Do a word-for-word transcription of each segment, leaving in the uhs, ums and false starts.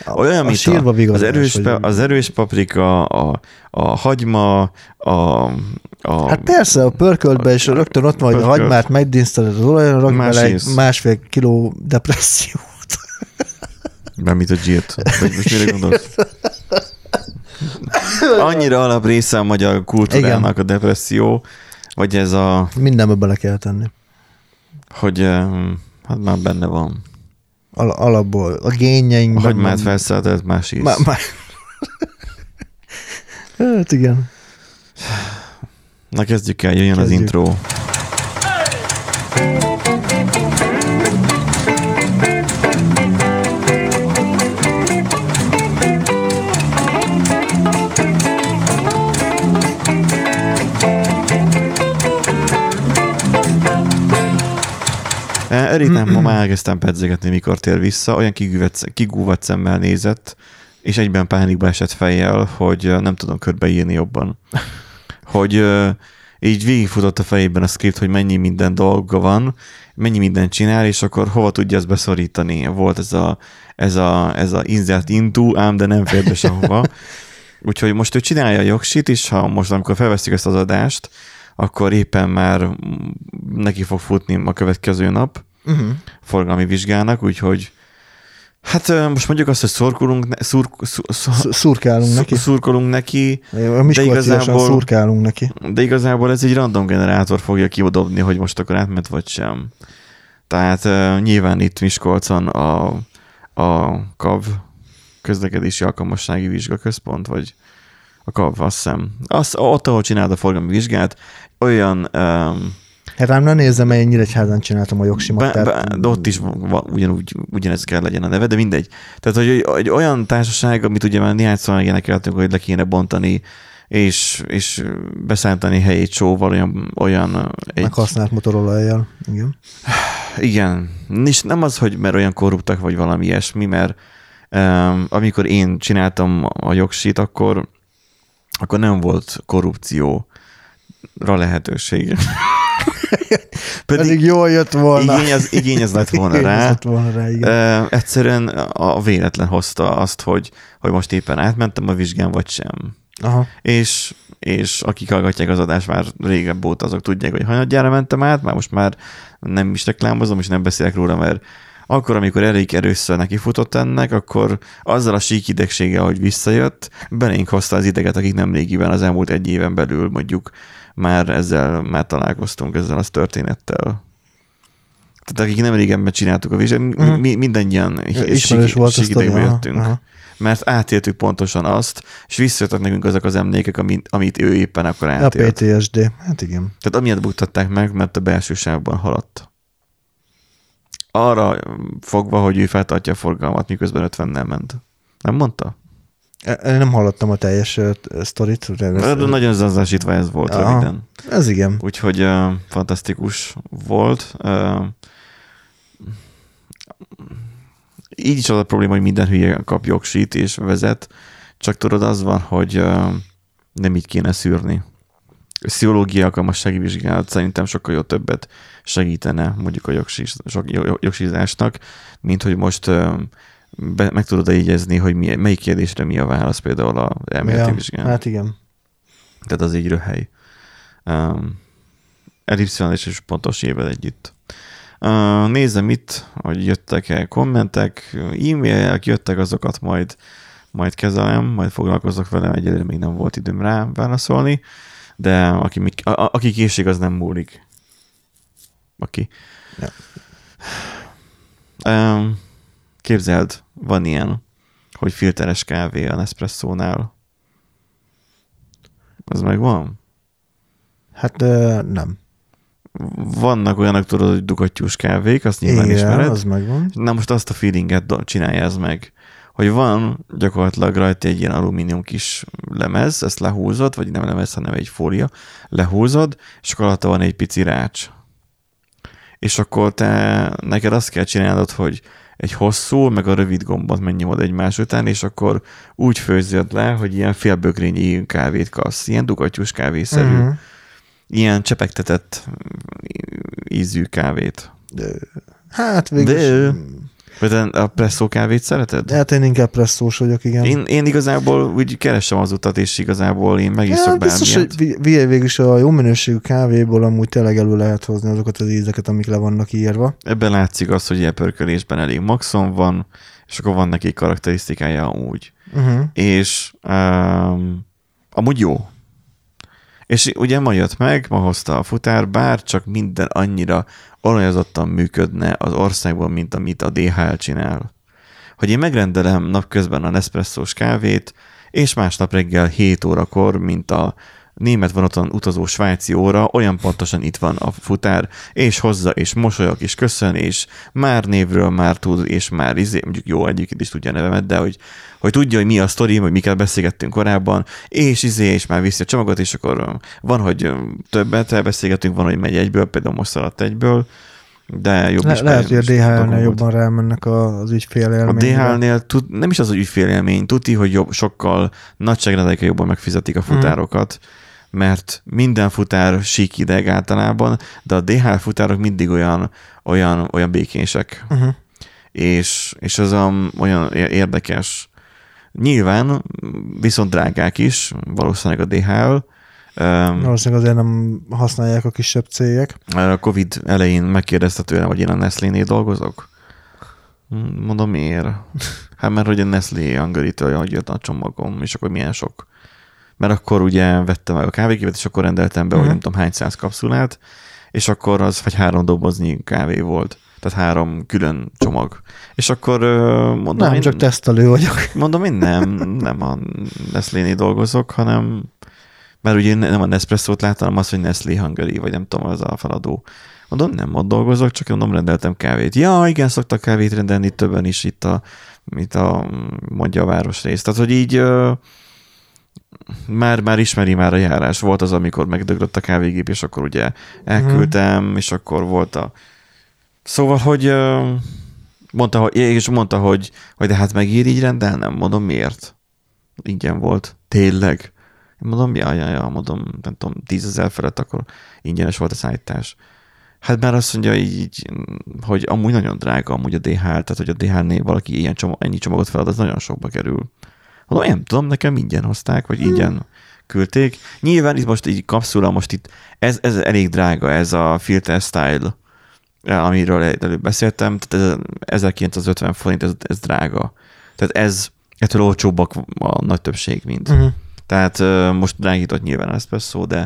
Olyan, mint a, az, erős, az erős paprika, a, a hagyma, a, a... Hát persze, a pörköltbe is rögtön ott van, hogy a hagymát megdinszteled az olajon, rak bele egy másfél kiló depressziót. Mármint a gyírt. Vagy most mire gondolsz? Annyira alap része a magyar kultúrának a depresszió, vagy ez a... Mindenbe bele kell tenni. Hogy hát már benne van. Al- alapból. A génjeinkben. Hagymát felszálltad, más íz. Má- má- hát igen. Na kezdjük el, jöjjön kezdjük. Az intro. Erik nem, ma már elkezdtem pedzegetni, mikor tér vissza, olyan kigúvat szemmel nézett, és egyben pánikba esett fejjel, hogy nem tudom körbeírni jobban. Hogy uh, így végigfutott a fejében a script, hogy mennyi minden dolga van, mennyi mindent csinál, és akkor hova tudja ezt beszorítani. Volt ez a, ez a, ez a insert into, ám de nem fér be sehova. Úgyhogy most ő csinálja a jogsit, és ha most, amikor felveszünk ezt az adást, akkor éppen már neki fog futni a következő nap uh-huh. forgalmi vizsgának, úgyhogy hát most mondjuk azt, hogy szurkolunk, szur, szur, szur, szurkálunk neki. Szurkolunk neki, de igazából, szurkálunk neki. De igazából ez egy random generátor fogja kidobni, hogy most akkor átment vagy sem. Tehát uh, nyilván itt Miskolcon a, a KAV, közlekedési alkalmassági vizsgaközpont, vagy a KAV, azt hiszem. Az, ott, ahol csinálod a forgalmi vizsgát, olyan... Um, hát rám ne nézzem, mert én Nyíregyházán csináltam a jogsimat. Be, be, de ott is ugyanúgy, ugyanez kell legyen a neve, de mindegy. Tehát, hogy egy olyan társaság, amit ugye már néhány szóval énekeltünk, hogy le kéne bontani, és, és beszállítani helyét sóval, olyan... olyan egy... meghasznált motorolajjal, igen. Igen. És nem az, hogy mert olyan korruptak, vagy valami ilyesmi, mert um, amikor én csináltam a jogsit, akkor akkor nem volt korrupcióra lehetőség. Pedig, Pedig jól jött volna. Igény az, igény az lett volna rá. Lett volna rá igen. Uh, egyszerűen a véletlen hozta azt, hogy, hogy most éppen átmentem a vizsgán, vagy sem. Aha. És, és akik hallgatják az adást már régebb óta, azok tudják, hogy hanyadjára mentem át, már most már nem is reklámozom, és nem beszélek róla, mert akkor, amikor elég erőször nekifutott ennek, akkor azzal a sík idegséggel, hogy visszajött, belénk hozta az ideget, akik nem régiben, az elmúlt egy éven belül mondjuk már ezzel, már találkoztunk ezzel az történettel. Tehát akik nem régenben csináltuk a vizsgát, uh-huh. mi, mindannyian sík, sík idegbe jöttünk. Aha. Mert átéltük pontosan azt, és visszajöttek nekünk azok az emlékek, amit, amit ő éppen akkor átélt. A pé té es dé, hát igen. Tehát amiatt buktatták meg, mert a belső sávban haladt. Arra fogva, hogy ő feltartja a forgalmat, miközben ötvennel ment. Nem mondta? Én nem hallottam a teljes uh, sztorit. De nagyon zanzásítva ez volt aha, röviden. Ez igen. Úgyhogy uh, fantasztikus volt. Uh, így is az a probléma, hogy minden hülye kap jogsit és vezet, csak tudod, az van, hogy uh, nem így kéne szűrni. Pszichológiai alkalmassági vizsgálat szerintem sokkal jó többet segítene mondjuk a jogsizásnak, mint hogy most be, meg tudod jegyezni, hogy mi, melyik kérdésre mi a válasz például a elméleti ja, vizsgán. Hát igen. Tehát az így röhely. Um, ellipszilális és pontos évvel együtt. Uh, nézzem itt, hogy jöttek-e kommentek, e-mailek jöttek, azokat majd, majd kezelem, majd foglalkozok velem, egyelőre még nem volt időm rá válaszolni, de aki, a, a, aki készség, az nem múlik. Aki. Ja. Um, képzeld, van ilyen, hogy filteres kávé a Nespresso-nál. Az megvan? Hát uh, nem. Vannak olyanok, tudod, hogy dugattyús kávék, azt nyilván igen, ismered. Az megvan. Na most azt a feelinget csinálja ez meg, hogy van gyakorlatilag rajta egy ilyen alumínium kis lemez, ezt lehúzod, vagy nem lemez, hanem egy fólia, lehúzod, és akkor alatta van egy pici rács. És akkor te, neked azt kell csinálnod, hogy egy hosszú, meg a rövid gombot menjünk oda egymás után, és akkor úgy főzöd le, hogy ilyen félbögrényi kávét kapsz, ilyen dugattyús kávészerű, uh-huh. ilyen csepegtetett ízű kávét. De, hát végül Vagy a presszó kávét szereted? Hát én inkább presszós vagyok, igen. Én, én igazából úgy keresem az utat, és igazából én megiszok ja, bármilyet. Biztos, hogy végül is a jó minőségű kávéból amúgy tényleg elő lehet hozni azokat az ízeket, amik le vannak írva. Ebben látszik az, hogy ilyen pörkölésben elég maxon van, és akkor van neki karakterisztikája amúgy. Uh-huh. És um, amúgy jó. És ugye ma jött meg, ma hozta a futár, bár csak minden annyira olajozottan működne az országban, mint amit a dé há el csinál. Hogy én megrendelem napközben a Nespresso-s kávét, és másnap reggel hét órakor, mint a német vonaton utazó svájci óra, olyan pontosan itt van a futár, és hozza, és mosolyog, és köszön, és már névről már tud, és már izé, mondjuk jó, egyébként is tudja a nevemet, de hogy, hogy tudja, hogy mi a sztori, hogy miket beszélgettünk korábban, és izé, és már viszi a csomagot, és akkor van, hogy többet elbeszélgetünk, van, hogy megy egyből, például most szaladt egyből, de jobb Le, is. Lehet, hogy a dé há el-nél jobban rámennek az ügyfélélményre. A dé há el-nél tud, nem is az, hogy ügyfélélmény, tuti, hogy jobb, sokkal nagyságrendekkel jobban megfizetik a futárokat, mm. mert minden futár sík ideg általában, de a dé há el futárok mindig olyan, olyan, olyan békések. Uh-huh. És, és az olyan érdekes. Nyilván viszont drágák is, valószínűleg a dé há el. Valószínűleg azért nem használják a kisebb cégek. A Covid elején megkérdezte tőlem, hogy én a Nestlé-nél dolgozok. Mondom, miért? Hát mert hogy a Nestlé Hungary-től, hogy jött a csomagom, és akkor milyen sok. Mert akkor ugye vettem meg a kávégépet, és akkor rendeltem be, uh-huh. hogy nem tudom hány száz kapszulát, és akkor az vagy három doboznyi kávé volt. Tehát három külön csomag. És akkor mondom... Nem, én, csak tesztelő vagyok. Mondom, én nem, nem a Nestlé-nél dolgozok, hanem mert ugye nem a Nespresso-t láttam, hanem azt, hogy Nestlé Hungary, vagy nem tudom, az a feladó. Mondom, nem ott dolgozok, csak mondom, rendeltem kávét. Ja, igen, szoktak kávét rendelni többen is itt a, itt a mondja a városrész. Tehát, hogy így már, már ismeri már a járás. Volt az, amikor megdöglött a kávégép, és akkor ugye elküldtem, uh-huh. és akkor volt a... Szóval, hogy mondta, hogy, és mondta, hogy, hogy de hát megír így rendelnem. Mondom, miért? Ingyen volt. Tényleg? Mondom, ja, ja, ja, mondom, nem tudom, tízezer felett, akkor ingyenes volt a szállítás. Hát már azt mondja így, hogy amúgy nagyon drága amúgy a dé há el, tehát hogy a dé há el-nél valaki ilyen csomag, ennyi csomagot felad, az nagyon sokba kerül. Mondom, nem tudom, nekem ingyen hozták, vagy ingyen küldték. Nyilván itt most így kapszula, most itt, ez, ez elég drága, ez a Filter Style, amiről előbb beszéltem, tehát ez ezerkilencszázötven forint, ez, ez drága. Tehát ez, ettől olcsóbbak a nagy többség, mint. Uh-huh. Tehát uh, most drágított nyilván az Espresso, de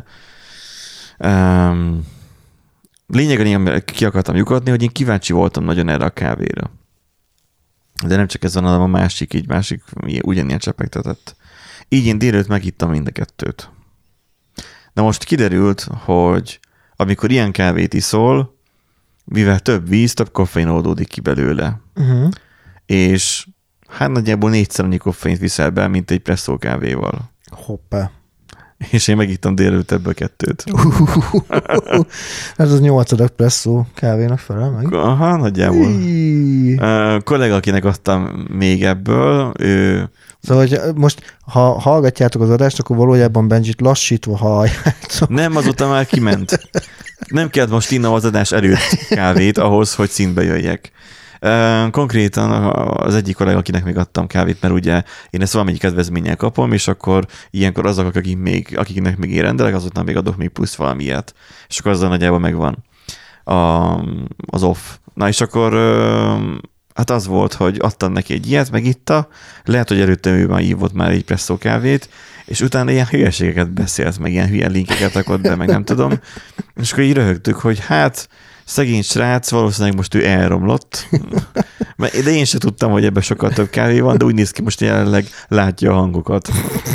um, lényegében ki akartam lyukadni, hogy én kíváncsi voltam nagyon erre a kávéra. De nem csak ez van, hanem a másik, így másik ugyanilyen csepegtetett. Így én délőtt megittam mind a kettőt. Na most kiderült, hogy amikor ilyen kávét iszol, mivel több víz, több koffein oldódik ki belőle. Uh-huh. És hát nagyjából négyszer annyi koffeint viszel be, mint egy presszó kávéval. Hoppá. És én megittam délőtt ebből kettőt. Ez az nyolcadik presszó kávénak felel meg? Aha, nagyjából. A kollega, akinek adtam még ebből, ő... Szóval, hogy most, ha hallgatjátok az adást, akkor valójában Benjit lassítva halljátok. Nem, azóta már kiment. Nem kellett most innom az adás előtt kávét ahhoz, hogy szintbe jöjjek. Konkrétan az egyik kollega, akinek még adtam kávét, mert ugye én ezt valamelyik kedvezménnyel kapom, és akkor ilyenkor azok, akik még, akiknek még én rendelek, azoknak még adok még plusz valamilyet. És akkor azzal nagyjából megvan a, az off. Na és akkor hát az volt, hogy adtam neki egy ilyet, megitta, lehet, hogy előtte ő már ívott már egy presszó kávét, és utána ilyen hülyeségeket beszélt, meg ilyen hülye linkeket akart be, meg nem tudom. És akkor így röhögtük, hogy hát szegény srác, valószínűleg most ő elromlott. De én sem tudtam, hogy ebben sokkal több kávé van, de úgy néz ki, most jelenleg látja a hangokat.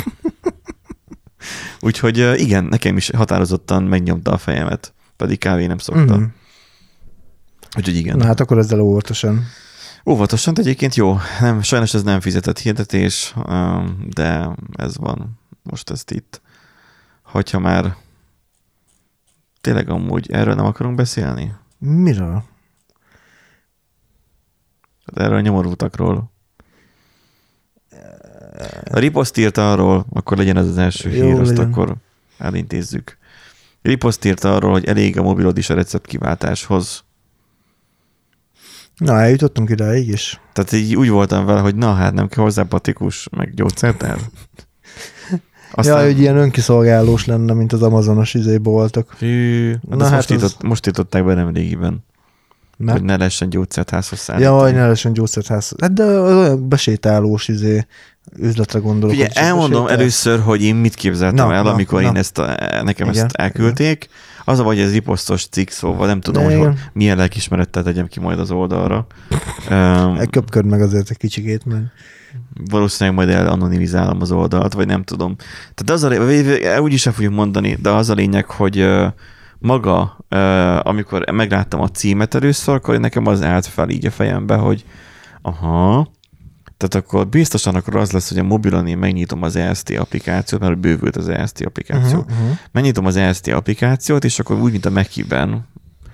Úgyhogy igen, nekem is határozottan megnyomta a fejemet, pedig kávé nem szokta. Mm. Úgyhogy igen. Na hát akkor ezzel óvatosan. Óvatosan, de egyébként jó. Nem, sajnos ez nem fizetett hirdetés, de ez van most ezt itt. Hogyha már tényleg amúgy erről nem akarunk beszélni? Miről? Erről a nyomorultakról. A Riposzt írt arról, akkor legyen ez az első jó, hír, azt akkor elintézzük. Riposzt írt arról, hogy elég a mobilod is a receptkiváltáshoz. Na, eljutottunk idáig is. Tehát így úgy voltam vele, hogy na hát nem kell hozzá patikus, meg gyógyszertár. Aztán... Ja, hogy ilyen önkiszolgálós lenne, mint az Amazonos izéboltok. Hű, na hát most, az... ított, most ították be nem régiben. Ne? Hogy ne lehessen gyógyszertházhoz szállítani. Ja, hogy ne lehessen gyógyszertházhoz. Hát de olyan besétálós izé, üzletre gondolok. Ugye elmondom besétál... először, hogy én mit képzeltem na, el, na, amikor na. én ezt a, nekem igen, ezt elküldték. Igen. Az a vagy ez riposztos cikk, szóval nem tudom, de hogy hol, milyen lelkismerettel tegyem ki majd az oldalra. um, Köpköd meg azért egy kicsikét, mert... Valószínűleg majd elanonimizálom az oldalt, vagy nem tudom. Tehát az a, úgyis sem fogjuk mondani, de az a lényeg, hogy maga, amikor megláttam a címet először, akkor nekem az állt fel így a fejembe, hogy aha, tehát akkor biztosan akkor az lesz, hogy a mobilon én megnyitom az E S T applikációt, mert bővült az E S T applikáció. Uh-huh, uh-huh. Megnyitom az E S T applikációt, és akkor úgy, mint a Mac-ben,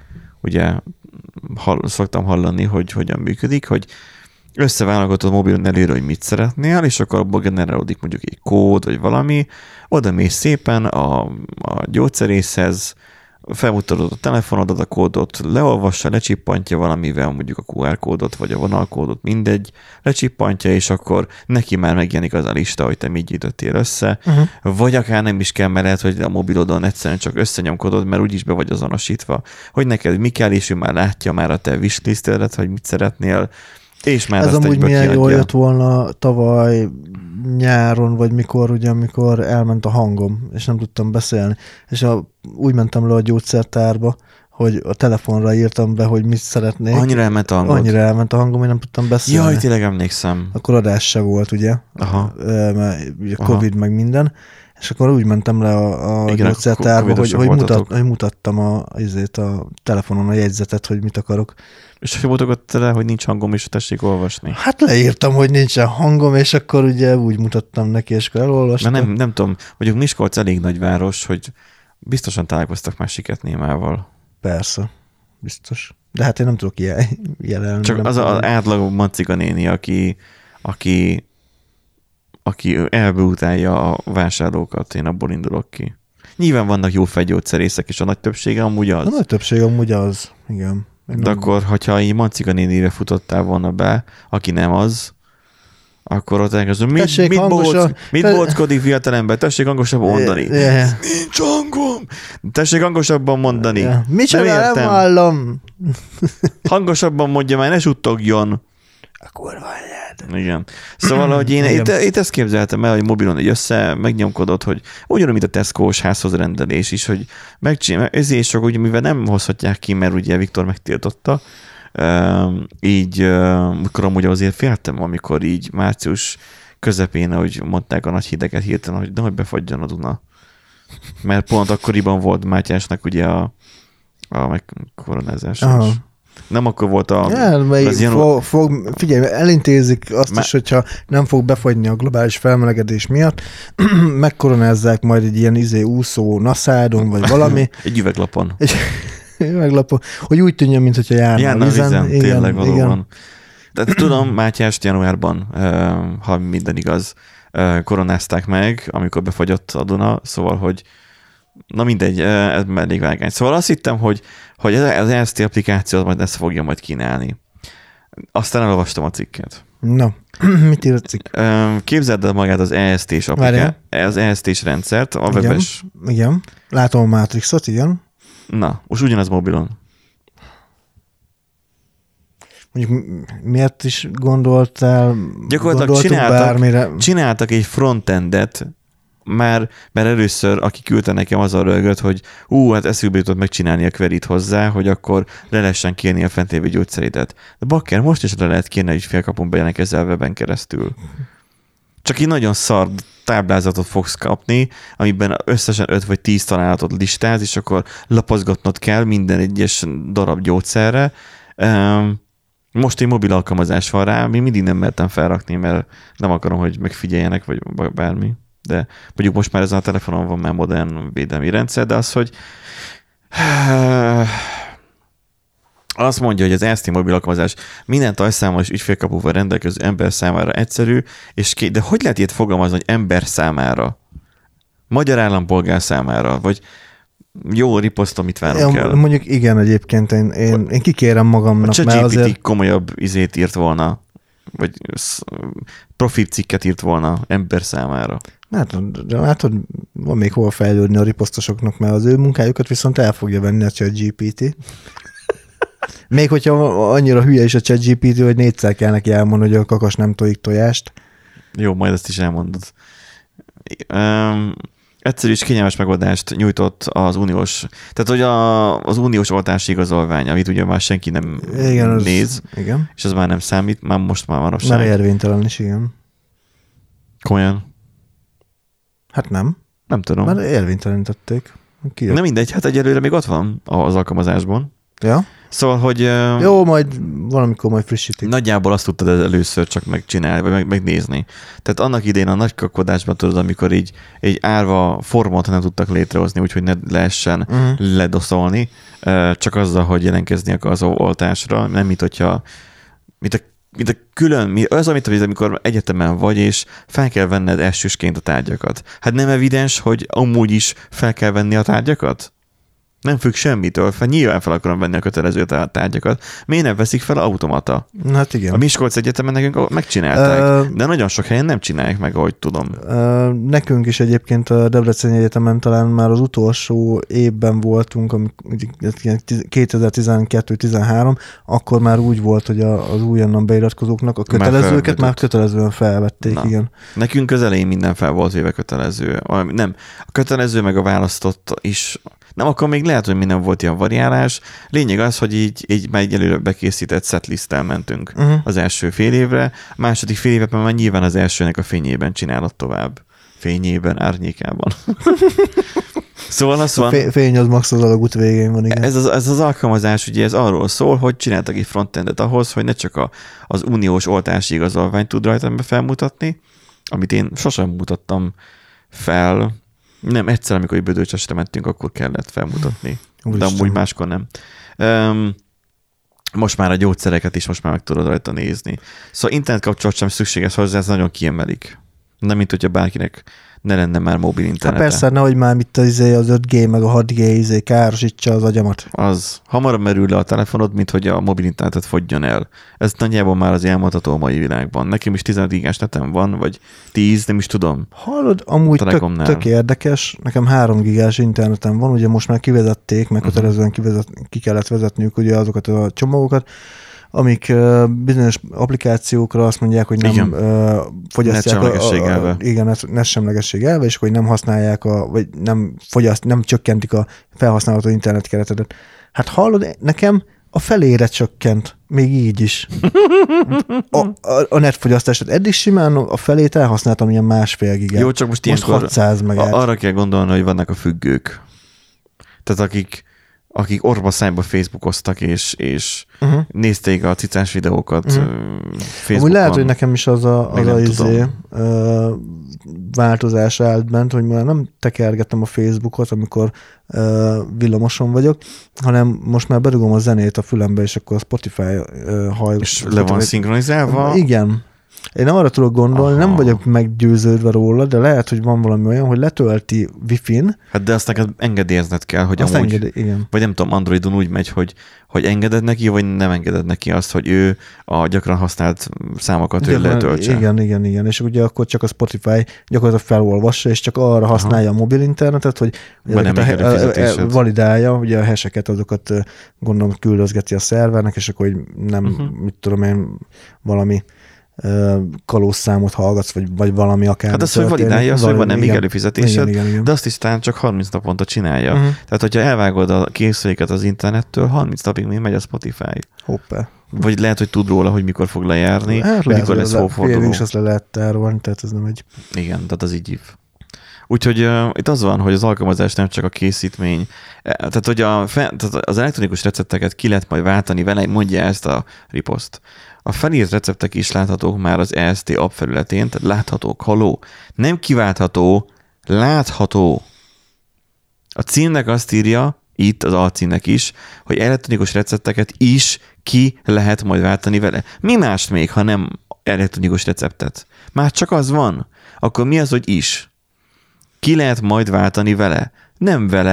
ugye hall, szoktam hallani, hogy hogyan működik, hogy összeválogatod a mobilon előre, hogy mit szeretnél, és akkor abból generálódik mondjuk egy kód, vagy valami, oda mész szépen a, a gyógyszerészhez, felmutatod a telefonodat, a kódot leolvassa, lecsippantja valamivel, mondjuk a kú er kódot, vagy a vonalkódot, mindegy, lecsippantja, és akkor neki már megjelenik az a lista, hogy te mit gyűjtöttél össze, uh-huh. vagy akár nem is kell, mert lehet, hogy a mobilodon egyszerűen csak összenyomkodod, mert úgyis be vagy azonosítva, hogy neked mi kell, és ő már látja már a te wishlistedet, hogy mit szeretnél, és már ez amúgy milyen kiadja. Jól jött volna tavaly nyáron, vagy mikor, ugye, amikor elment a hangom, és nem tudtam beszélni. És a, úgy mentem le a gyógyszertárba, hogy a telefonra írtam be, hogy mit szeretnék. Annyira elment a hangom. Annyira elment a hangom, hogy nem tudtam beszélni. Jaj, tényleg emlékszem. Akkor adás se volt, ugye? Aha. Mert ugye Covid Aha. meg minden. És akkor úgy mentem le a, a igen, gyógyszertárba, hogy, hogy, mutat, hogy mutattam a, azért a telefonon a jegyzetet, hogy mit akarok. És hogy mutogatt le, hogy nincs hangom, és tessék olvasni? Hát leírtam, hogy nincsen hangom, és akkor ugye úgy mutattam neki, és akkor elolvastam. Na nem, nem tudom, mondjuk Miskolc elég nagy város, hogy biztosan találkoztak már Siketnémával. Persze, biztos. De hát én nem tudok jelenni. Csak az az átlag Maciga néni, aki, aki, aki elbeutálja a vásárlókat, én abból indulok ki. Nyilván vannak jó fegyógyszerészek, és a nagy többsége amúgy az. A nagy többsége amúgy az, igen. De nem... akkor, hogyha így Maciga nénire futottál volna be, aki nem az, akkor ott elkezdődik, mit, tessék, mit, hangosan, bóc, mit te... bóckodik fiatalember? Tessék hangosabban mondani. Yeah. Nincs hangom! Tessék hangosabban mondani. Yeah. Micsoda, nem, nem hallom. Hangosabban mondja, már ne suttogjon. A kurva anyád. Igen. Szóval, hogy én itt, itt ezt képzeltem el, hogy mobilon egy össze megnyomkodott, hogy ugyanúgy, mint a Tesco-s házhoz rendelés is, hogy megcsinálják, ezért sok, ugye, mivel nem hozhatják ki, mert ugye Viktor megtiltotta, így akkor amúgy azért féltem, amikor így március közepén, ahogy mondták a nagy hideket hirtelen, hogy nehogy befagyjon a Duna. Mert pont akkoriban volt Mátyásnak ugye a, a koronázás. Nem akkor volt a... Ja, az janu... fog, fog, figyelj, elintézik azt Má... is, hogyha nem fog befagyni a globális felmelegedés miatt, megkoronázzák majd egy ilyen izé úszó naszádon, vagy valami. Egy üveglapon. Egy üveglapon. Hogy úgy tűnjön, mint hogyha járna, járna a vizen. vizen. Igen, tényleg valóban. Igen. Tehát tudom, Mátyást januárban, ha minden igaz, koronázták meg, amikor befagyott a Duna, szóval, hogy na mindegy, ez mellékvágány. Szóval azt hittem, hogy, hogy az E S T applikációt majd ezt fogja majd kínálni. Aztán elolvastam a cikket. Na, mit ír a cikk? Képzeld el magát az E S T-s applikációt, az E S T-s rendszert, a igen, webes... Igen, látom a Matrixot, igen. Na, most ugyanaz mobilon. Mondjuk miért is gondoltál, gyakorlatilag csináltak, csináltak egy frontendet, már, mert először, aki küldte nekem, az a rögött, hogy ú, hát eszükbe jutott megcsinálni a queryt hozzá, hogy akkor le lehessen kérni a fent lévő gyógyszerédet. De bakker, most is le lehet kérni, hogy félkapon bejelentkezzel weben keresztül. Csak így nagyon szar táblázatot fogsz kapni, amiben összesen öt vagy tíz találatot listáz, és akkor lapozgatnod kell minden egyes darab gyógyszerre. Most egy mobil alkalmazás van rá, mi mindig nem mertem felrakni, mert nem akarom, hogy megfigyeljenek, vagy bármi. De mondjuk most már ezen a telefonon van már modern védelmi rendszer, de az, hogy azt mondja, hogy az E S T mobil alkalmazás minden tajszámmal és ügyfélkapuval rendelkező ember számára egyszerű, és ké... de hogy lehet ilyet fogalmazni, hogy ember számára? Magyar állampolgár számára, vagy Jó, riposztom, mit várok Ja, el. mondjuk igen, egyébként én, én, én kikérem magamnak. A ChatGPT azért... komolyabb izét írt volna, vagy profit cikket írt volna ember számára. Hát, de látod, van még hova fejlődni a riposztosoknak, mert az ő munkájukat viszont el fogja venni a ChatGPT. Még hogyha annyira hülye is a ChatGPT, hogy négyszer kell neki elmondani, hogy a kakas nem tojik tojást. Jó, majd ezt is elmondod. Um, egyszerű és kényelmes megoldást nyújtott az uniós, tehát hogy a, az uniós oltási igazolvány, amit ugye már senki nem igen, az, néz, igen. és az már nem számít, már most már manapság. Már érvénytelen is, igen. Komolyan? Hát nem. Nem tudom. Már érvénytelenítették. Kijött. Nem mindegy, hát egyelőre még ott van az alkalmazásban. Ja? Szóval, hogy... Jó, majd valamikor majd frissítik. Nagyjából azt tudtad először csak megcsinálni, vagy meg, megnézni. Tehát annak idején a nagy kakodásban tudod, amikor így egy árva formot nem tudtak létrehozni, úgyhogy ne lehessen uh-huh. ledoszolni, csak azzal, hogy jelentkezni akarsz az oltásra, nem mint hogyha mint a, mint a külön, az, amit amikor egyetemen vagy, és fel kell venned elsősként a tárgyakat. Hát nem evidens, hogy amúgy is fel kell venni a tárgyakat? Nem függ semmitől, fel, nyilván fel akarom venni a kötelező tárgyakat. Miért nem veszik fel automata? Hát igen. A Miskolc Egyetemen nekünk megcsinálták, uh, de nagyon sok helyen nem csinálják meg, ahogy tudom. Uh, nekünk is egyébként a Debreceni Egyetemen talán már az utolsó évben voltunk, kétezer-tizenkettő tizenhárom, akkor már úgy volt, hogy az újonnan beiratkozóknak a kötelezőket már, már kötelezően felvették, na. Igen. Nekünk az elején minden fel volt véve kötelező. Nem, a kötelező meg a választott is. Nem, akkor még lehet, hogy minden volt ilyen variálás. Lényeg az, hogy így, így már egy előre bekészített setlisttel mentünk uh-huh. az első fél évre. A második fél évben már nyilván az elsőnek a fényében csinálod tovább. Fényében, árnyékában. Szóval az van... A fény az max az alagút végén van, igen. Ez az, ez az alkalmazás, ugye ez arról szól, hogy csináltak egy frontendet ahhoz, hogy ne csak a, az uniós oltási igazolványt tud rajta felmutatni, amit én sosem mutattam fel. Nem, egyszer, amikor egy Bödöcsesre mentünk, akkor kellett felmutatni. Úristen. De amúgy máskor nem. Um, most már a gyógyszereket is most már meg tudod rajta nézni. Szóval internet kapcsolat sem szükséges hozzá, ez nagyon kiemelik. Nem, mint hogyha bárkinek ne lenne már mobil internete. Hát persze, nehogy már mit az, az öt G meg a hat G izé károsítsa az agyamat. Az hamarabb merül le a telefonod, mint hogy a mobil internetet fogjon el. Ez nagyjából már az elmondható a mai világban. Nekem is tizenöt gigás netem van, vagy tíz, nem is tudom. Hallod, amúgy tök, tök érdekes. Nekem három gigás internetem van, ugye most már kivezették, meg kötelezően kivezet, ki kellett vezetniük ugye azokat a csomagokat, amik uh, bizonyos applikációkra azt mondják, hogy nem igen. uh, fogyasztják a, a, a, igen, netsemlegesség elve, és hogy nem használják, a, vagy nem, fogyaszt, nem csökkentik a felhasználható internetkeretedet. Hát hallod, nekem a felére csökkent, még így is. A, a, a netfogyasztását eddig simán a felét elhasználtam ilyen másfél gigát. Jó, csak most, most hatszáz megát. Arra kell gondolni, hogy vannak a függők. Tehát akik akik orba szájba Facebookoztak, és, és uh-huh. nézték a cicás videókat uh-huh. Facebookon. Amúgy lehet, hogy nekem is az a, az a izé, uh, változás állt bent, hogy már nem tekergetem a Facebookot, amikor uh, villamoson vagyok, hanem most már berugom a zenét a fülembe, és akkor a Spotify uh, hajl. És le van szinkronizálva? Igen. Én arra tudok gondolni, aha. nem vagyok meggyőződve róla, de lehet, hogy van valami olyan, hogy letölti Wi-Fi-n. Hát de azt neked engedélyezned kell, hogy azt amúgy, engedi, igen. vagy nem tudom, Androidon úgy megy, hogy, hogy engeded neki, vagy nem engeded neki azt, hogy ő a gyakran használt számokat ő letöltse. Igen, igen, igen. És ugye akkor csak a Spotify gyakorlatilag felolvassa, és csak arra aha. használja a mobil internetet, hogy nem a, a, a, validálja, ugye a haseket, azokat gondolom küldözgeti a szervernek, és akkor hogy nem, uh-huh. mit tudom én, valami kalózszámot hallgatsz, vagy, vagy valami akár. Hát az, hogy validálja, az, hogy van nem még előfizetésed, igen, igen, igen. de azt is talán csak harminc naponta csinálja. Uh-huh. Tehát, hogyha elvágod a készüléket az internettől, harminc napig még megy a Spotify. Hoppá. Vagy lehet, hogy tud róla, hogy mikor fog lejárni, hát hogy mikor lesz szóforduló. És azt le lehet tárolni, tehát ez nem egy... Igen, tehát az így ív. Úgyhogy uh, itt az van, hogy az alkalmazás nem csak a készítmény, tehát hogy a, tehát az elektronikus recepteket ki lehet majd váltani vele, mondja ezt a riposzt. A felírt receptek is láthatók már az E S T app felületén, tehát láthatók, haló. Nem kiváltható, látható. A címnek azt írja, itt az alcímnek is, hogy elektronikus recepteket is ki lehet majd váltani vele. Mi mást még, ha nem elektronikus receptet? Már csak az van. Akkor mi az, hogy is? Ki lehet majd váltani vele? Nem vele,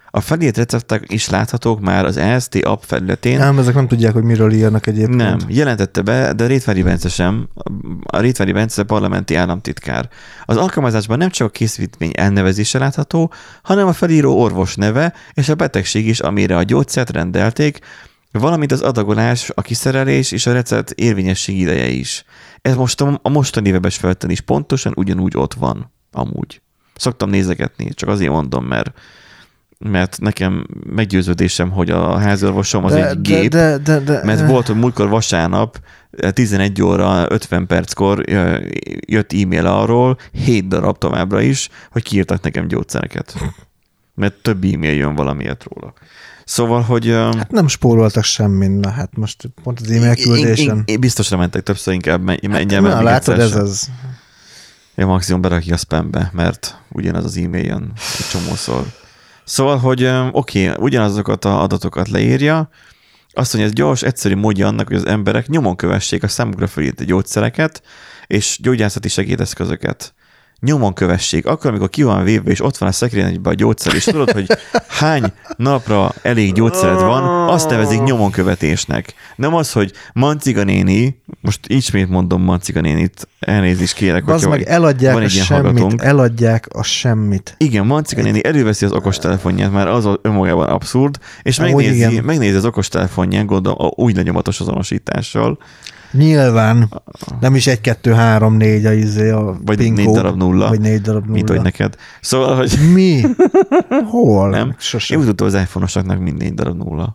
A felírt receptek is láthatók már az E S T app felületén. Nem, ezek nem tudják, hogy miről írnak egyébként. Nem, jelentette be, de Rétvári Bence sem. A Rétvári Bence parlamenti államtitkár. Az alkalmazásban nem csak a készítmény elnevezése látható, hanem a felíró orvos neve és a betegség is, amire a gyógyszert rendelték, valamint az adagolás, a kiszerelés és a recept érvényesség ideje is. Ez most a mostani webes felületen is pontosan ugyanúgy ott van, amúgy. Szoktam nézegetni, csak azért mondom, mert mert nekem meggyőződésem, hogy a házorvosom az de, egy de, gép, de, de, de, mert volt, hogy múltkor vasárnap tizenegy óra ötven perckor jött e-mail arról, hét darab továbbra is, hogy kiírtak nekem gyógyszereket. Mert több e-mail jön valamiért róla. Szóval, hogy... Hát nem spóroltak semmin, na hát most pont az e-mail küldésen. Én, én biztosra mentek többször, inkább menjen hát, na, látod, ez az. Én maximum berakja a spambe, mert ugyanaz az e-mail jön egy csomószor. Szóval, hogy oké, okay, ugyanazokat az adatokat leírja, azt mondja, ez gyors, egyszerű módja annak, hogy az emberek nyomon kövessék a számukra felírt gyógyszereket és gyógyászati segédeszközöket. Nyomon kövessék. Akkor, amikor ki van vévve, és ott van a szekrényben a gyógyszer, és tudod, hogy hány napra elég gyógyszered van, azt nevezik nyomon követésnek. Nem az, hogy Manciga néni, most ismét mondom Manciga nénit, elnézést kérek, hogy meg eladják van egy a semmit, hallgatónk. Eladják a semmit. Igen, Manciga néni előveszi az okostelefonját, már az önmagában abszurd, és megnézi, megnézi az okostelefonját, gondolom, úgy lenyomatos azonosítással. Nyilván. Nem is egy, kettő, három, négy a izé a vagy pinkó, négy darab nulla. Vagy négy darab nulla. Mint hogy neked. Szóval, hogy... Mi? Hol? Nem? Sosem. Én úgy tudtam, az iPhone-osaknak mind négy darab nulla.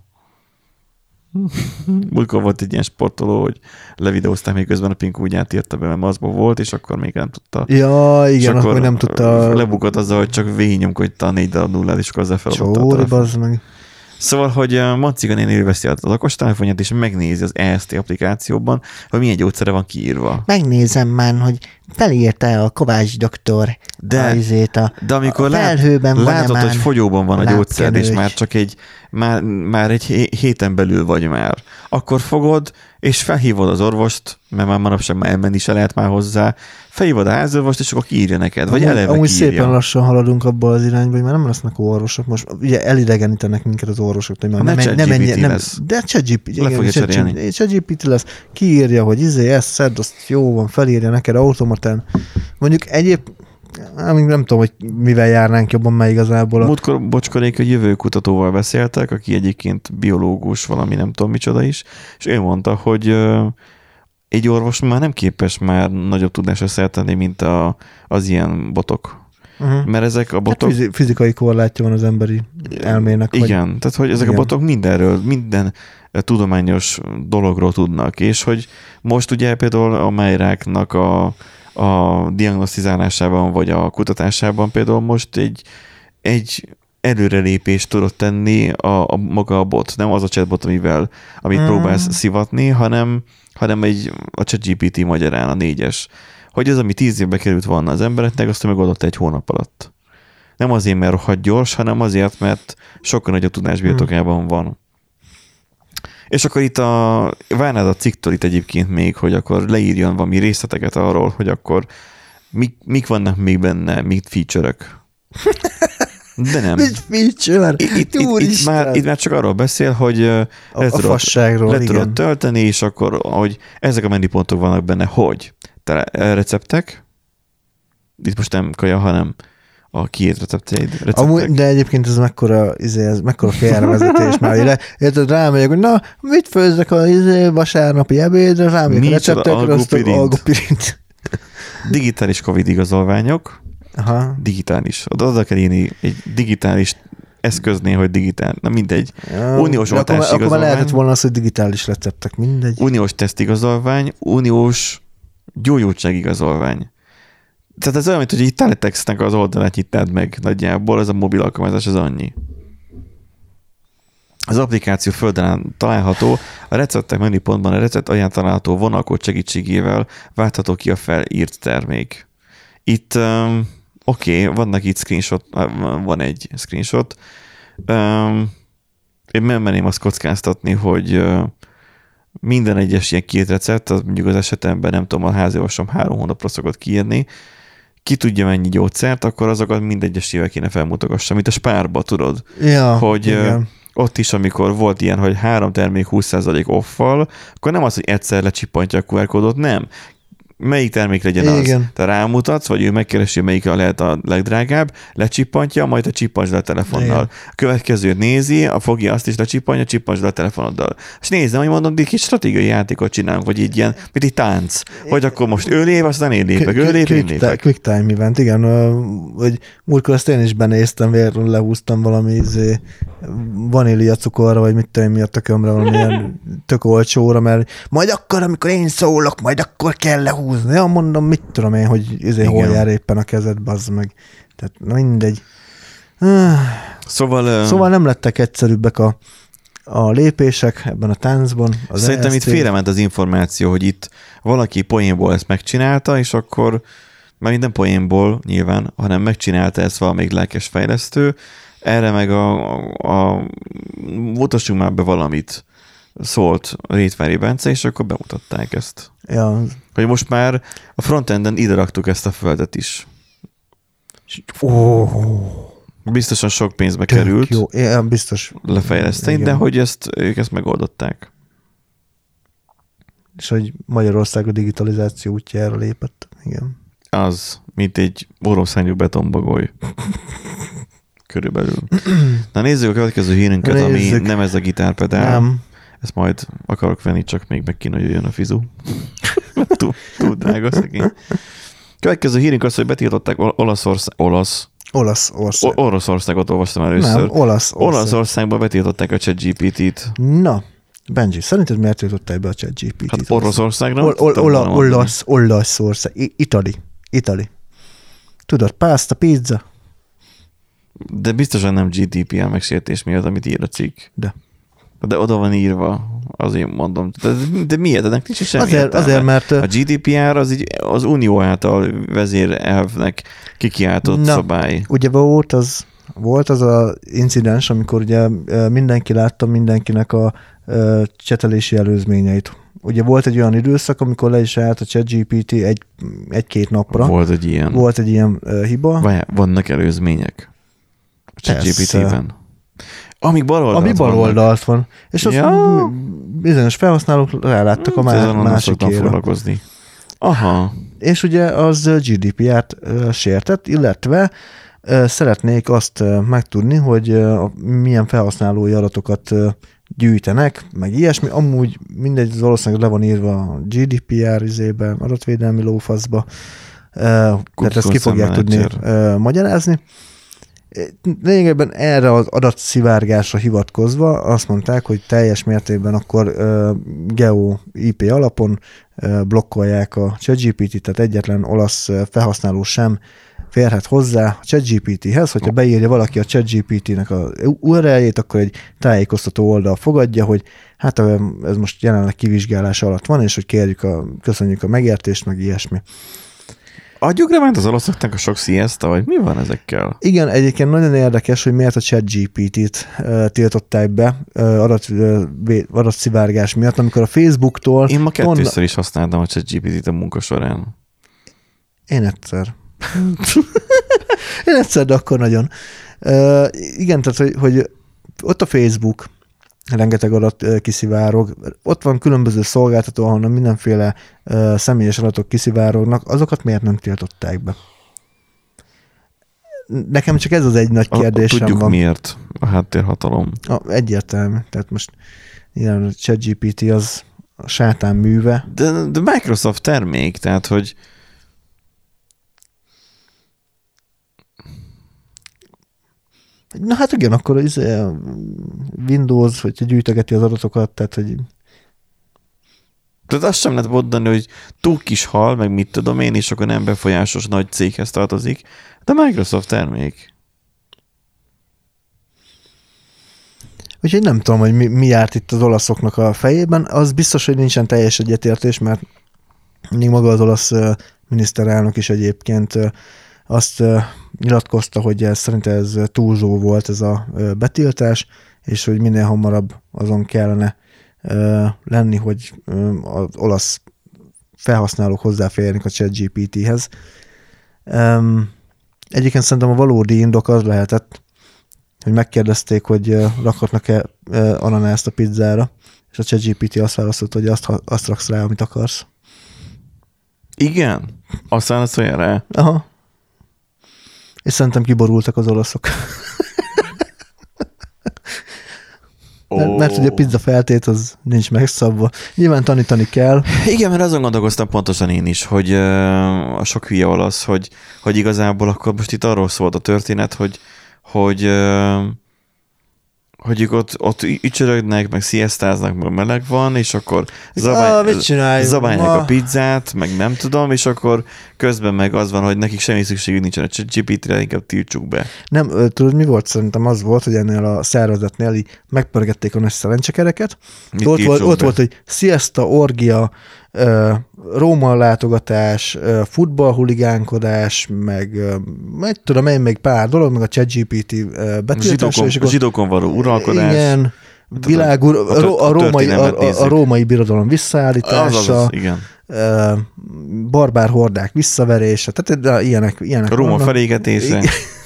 Múltkor volt egy ilyen sportoló, hogy levideózták, még közben a pinkó úgy átírta be, mert azból volt, és akkor még nem tudta. Ja, igen, akkor, akkor nem tudta. Lebukott azzal, hogy csak végignyomkodta a négy darab nullát, és akkor azzal feladott a telefon. Meg. Szóval, hogy Manciga néni előveszi az okostelefonját, és megnézi az E S T applikációban, hogy milyen gyógyszere van kiírva. Megnézem már, hogy felírta a Kovács doktor de, a, izét a, de amikor a felhőben lát, látod, hogy fogyóban van a gyógyszer, és már csak egy, már, már egy héten belül vagy már, akkor fogod, és felhívod az orvost, mert már manapság már elmenni se lehet már hozzá, felhívod a házorvost, és akkor kiírja neked, vagy eleve amúgy kiírja. Szépen lassan haladunk abba az irányba, hogy már nem lesznek orvosok. Most ugye elidegenítenek minket az orvosok, hogy már nem, nem, nem, nem, nem de ChatGPT lesz. Kiírja, hogy izé, ezt szedd, azt jó van, felírja neked automatán. Mondjuk egyéb, nem tudom, hogy mivel járnánk jobban már igazából. A... Múltkor bocskorék, hogy jövőkutatóval beszéltek, aki egyébként biológus, valami nem tudom micsoda is, és ő mondta, hogy egy orvos már nem képes már nagyobb tudásra szertenni, mint a, az ilyen botok. Uh-huh. Mert ezek a botok... Hát fizikai korlátja van az emberi elmének. Igen, vagy... tehát hogy ezek igen. a botok mindenről, minden tudományos dologról tudnak, és hogy most ugye például a májráknak a, a diagnosztizálásában, vagy a kutatásában például most egy, egy előrelépést tudott tenni a, a maga a bot, nem az a chatbot, amivel, amit mm. próbálsz szivatni, hanem, hanem egy, a ChatGPT magyarán a négyes. Hogy az, ami tíz évbe került volna az embereknek, azt megoldott egy hónap alatt. Nem azért, mert rohadt gyors, hanem azért, mert sokkal nagyobb tudás birtokában mm. van. És akkor itt a, várnád a cikktől itt egyébként még, hogy akkor leírjon valami részleteket arról, hogy akkor mik, mik vannak még benne, mik feature-ök. De nem. Mit feature? Itt, itt, itt, itt, már, itt már csak arról beszél, hogy le a, tudod, a fasságról, le tudod tölteni, és akkor, hogy ezek a menüpontok vannak benne, hogy receptek, itt most nem kaja, hanem a kiírt receptjeid. Receptek. Amúgy, de egyébként ez mekkora, izé, ez mekkora félrevezetés már. Ide, érted, rámegyek, hogy na, mit főzzek a izé, vasárnapi ebédre, rámegyek a receptekre, azt a algopirint. Digitális Covid igazolványok. Aha. Digitális. Oda, oda kell írni egy digitális eszköznél, hogy digitál. Na mindegy. Ja, uniós oltási igazolvány. Akkor már lehetett volna az, hogy digitális receptek. Mindegy. Uniós tesztigazolvány, uniós gyógyultságigazolvány. Tehát ez olyan, mint hogy itt Teletextnek az oldalát nyitnád meg nagyjából, ez a mobil alkalmazás, az annyi. Az applikáció földön található, a receptek menüpontban a recept alján található vonalkód segítségével váltható ki a felírt termék. Itt um, oké, okay, vannak itt screenshot, van egy screenshot. Um, én nem merném azt kockáztatni, hogy uh, minden egyes ilyen két recept, az mondjuk az esetemben nem tudom, a háziorvosom három hónapra szokott kiírni, ki tudja mennyi gyógyszert, akkor azokat mindegyesével kéne felmutogassa, mint a Spárba, tudod? Ja, hogy igen. Ott is, amikor volt ilyen, hogy három termék húsz százalék off-val, akkor nem az, hogy egyszer lecsippantja a kú er kódot, nem. Melyik termék legyen Igen. az? Te rámutatsz, vagy ő megkeresi, melyik lehet a legdrágább, lecsippantja, majd te csippantsd le a telefonnal. Igen. A következőt nézi, a fogja azt is lecsippantja, csippantsd le a telefonoddal. És nézem, hogy mondom, egy kis stratégiai játékot csinálunk, vagy így ilyen, mint egy tánc. Hogy akkor most ő lép, aztán én lépek, ő lép, én lépek. Quick time event, igen. Hogy múltkor azt én is benéztem, véletlenül lehúztam valami izé, vanília cukorra, vagy mit tudom, mi a tökömre, valamilyen tök olcsóra, mert majd akkor, amikor én szólok, majd akkor kell lehúzni. Ja, mondom, mit tudom én, hogy izé hol jár éppen a kezed, bazd meg. Tehát na mindegy. Szóval, szóval nem lettek egyszerűbbek a, a lépések ebben a táncban. Szerintem itt félrement az információ, hogy itt valaki poénból ezt megcsinálta, és akkor már minden poénból nyilván, hanem megcsinálta ezt valamelyik lelkes fejlesztő, erre meg a, a, a mutassunk már be valamit szólt Rétvári Bence, és akkor bemutatták ezt. Ja. Hogy most már a frontenden ide raktuk ezt a földet is. Oh. Biztosan sok pénzbe került. Jó, igen, biztos. Lefejleszteni, igen. De hogy ezt, ők ezt megoldották. És hogy Magyarország a digitalizáció útjára lépett. Igen. Az, mint egy oroszányú betonbagoly. Körülbelül. Na nézzük a következő hírünket, nézzük. Ami nem ez a gitárpedál. Nem. Ezt majd akarok venni, csak még meg kéne, hogy jöjjön a fizu. túl, túl drága szegény. Következő hírünk az, hogy betiltották Olaszország... Olasz. Olasz ország. O- Oroszországot olvastam először. Nem, olasz ország. Olaszországban betiltották a ChatGPT-t. Na, Benji, szerinted miért tiltották be a ChatGPT-t? Hát Oroszországra? Ol- ol- ola- olasz, olasz ország. I- Itali. Itali. Tudod, pasta, pizza. De biztosan nem gé dé pé er megsértés miatt, amit ír a cikk. De. De oda van írva, azért mondom. De, de miért? Ennek nincs semmi azért, azért, mert... A gé dé pé er az így az unió által vezérelvnek kikiáltott Na, szabály. Ugye volt az, volt az a incidens, amikor ugye mindenki látta mindenkinek a csetelési előzményeit. Ugye volt egy olyan időszak, amikor le is állt a ChatGPT egy, egy-két napra. Volt egy ilyen. Volt egy ilyen uh, hiba. Vaj, vannak előzmények a ChatGPT-ben. Amíg bal oldalt Ami bal oldalt van. És azt ja. bizonyos felhasználók ráláttak hmm, a másikére. Aha. És ugye az gé dé pé er-t uh, sértett, illetve uh, szeretnék azt uh, megtudni, hogy uh, milyen felhasználói adatokat uh, gyűjtenek, meg ilyesmi. Amúgy mindegy, az valószínűleg le van írva a gé dé pé er izébe, adatvédelmi lófaszba. Uh, tehát ezt ki fogják tudni uh, magyarázni. Lényegében erre az adatszivárgásra hivatkozva azt mondták, hogy teljes mértékben akkor uh, geo i pé alapon uh, blokkolják a ChatGPT-t, tehát egyetlen olasz felhasználó sem férhet hozzá a ChatGPT-hez, hogyha beírja valaki a ChatGPT-nek a u er el-jét, akkor egy tájékoztató oldal fogadja, hogy hát ez most jelenleg kivizsgálás alatt van, és hogy kérjük a, köszönjük a megértést, meg ilyesmi. Adjuk rá ment az olaszoknak a sok sziaszta, vagy mi van ezekkel? Igen, egyébként nagyon érdekes, hogy miért a ChatGPT-t uh, tiltották be uh, adat, uh, adatszivárgás miatt, amikor a Facebooktól... Én ma kettőször tonna... is használtam a ChatGPT-t a munka során. Én egyszer. Én egyszer, de akkor nagyon. Uh, igen, tehát, hogy, hogy ott a Facebook, rengeteg adat uh, kiszivárog, ott van különböző szolgáltató, ahonnan mindenféle uh, személyes adatok kiszivárognak, azokat miért nem tiltották be? Nekem csak ez az egy nagy kérdésem van. Tudjuk miért a háttérhatalom. A, egyértelmű. Tehát most ilyen a ChatGPT az a sátán műve. De, de Microsoft termék, tehát hogy na hát igen, akkor az Windows, hogyha gyűjtögeti az adatokat, tehát hogy... Tehát azt sem lehet mondani, hogy túl kis hal, meg mit tudom én, és akkor nem befolyásos nagy céghez tartozik, de Microsoft termék. Úgyhogy nem tudom, hogy mi, mi járt itt az olaszoknak a fejében. Az biztos, hogy nincsen teljes egyetértés, mert még maga az olasz miniszterelnök is egyébként azt nyilatkozta, hogy ez, szerint ez túlzó volt ez a betiltás, és hogy minél hamarabb azon kellene lenni, hogy az olasz felhasználók hozzáférjenek a ChatGPT-hez. Um, egyébként szerintem a valódi indok az lehetett, hogy megkérdezték, hogy uh, rakhatnak-e uh, ananászt a pizzára, és a ChatGPT azt válaszolta, hogy azt, azt raksz rá, amit akarsz. Igen? Aztán azt olyan rá? Aha. És szerintem kiborultak az olaszok. Oh. Mert, mert ugye a pizza feltét az nincs megszabva. Nyilván tanítani kell. Igen, mert azon gondolkoztam pontosan én is, hogy uh, a sok hülye olasz, hogy, hogy igazából akkor most itt arról szólt a történet, hogy, hogy, uh, hogy ők ott, ott ücsörögnek, meg sziasztáznak, meg meleg van, és akkor zabály, ah, zabálják a pizzát, meg nem tudom, és akkor közben meg az van, hogy nekik semmi szükségük nincsen a ChatGPT-re, inkább tiltsuk be. Nem, tudod, mi volt? Szerintem az volt, hogy ennél a szervezetnél így megpörgették a nagy szerencsekereket. Ott volt, ott volt, hogy sziaszta, orgia, Róma látogatás, futballhuligánkodás, meg, meg tudom én, még pár dolog, meg a ChatGPT betiltása. A zsidókon való uralkodás. Igen, világúr, a, a, a, római, a, a római birodalom visszaállítása. Az, az, igen. Barbár hordák visszaverése, tehát de ilyenek, ilyenek a Róma felégetése.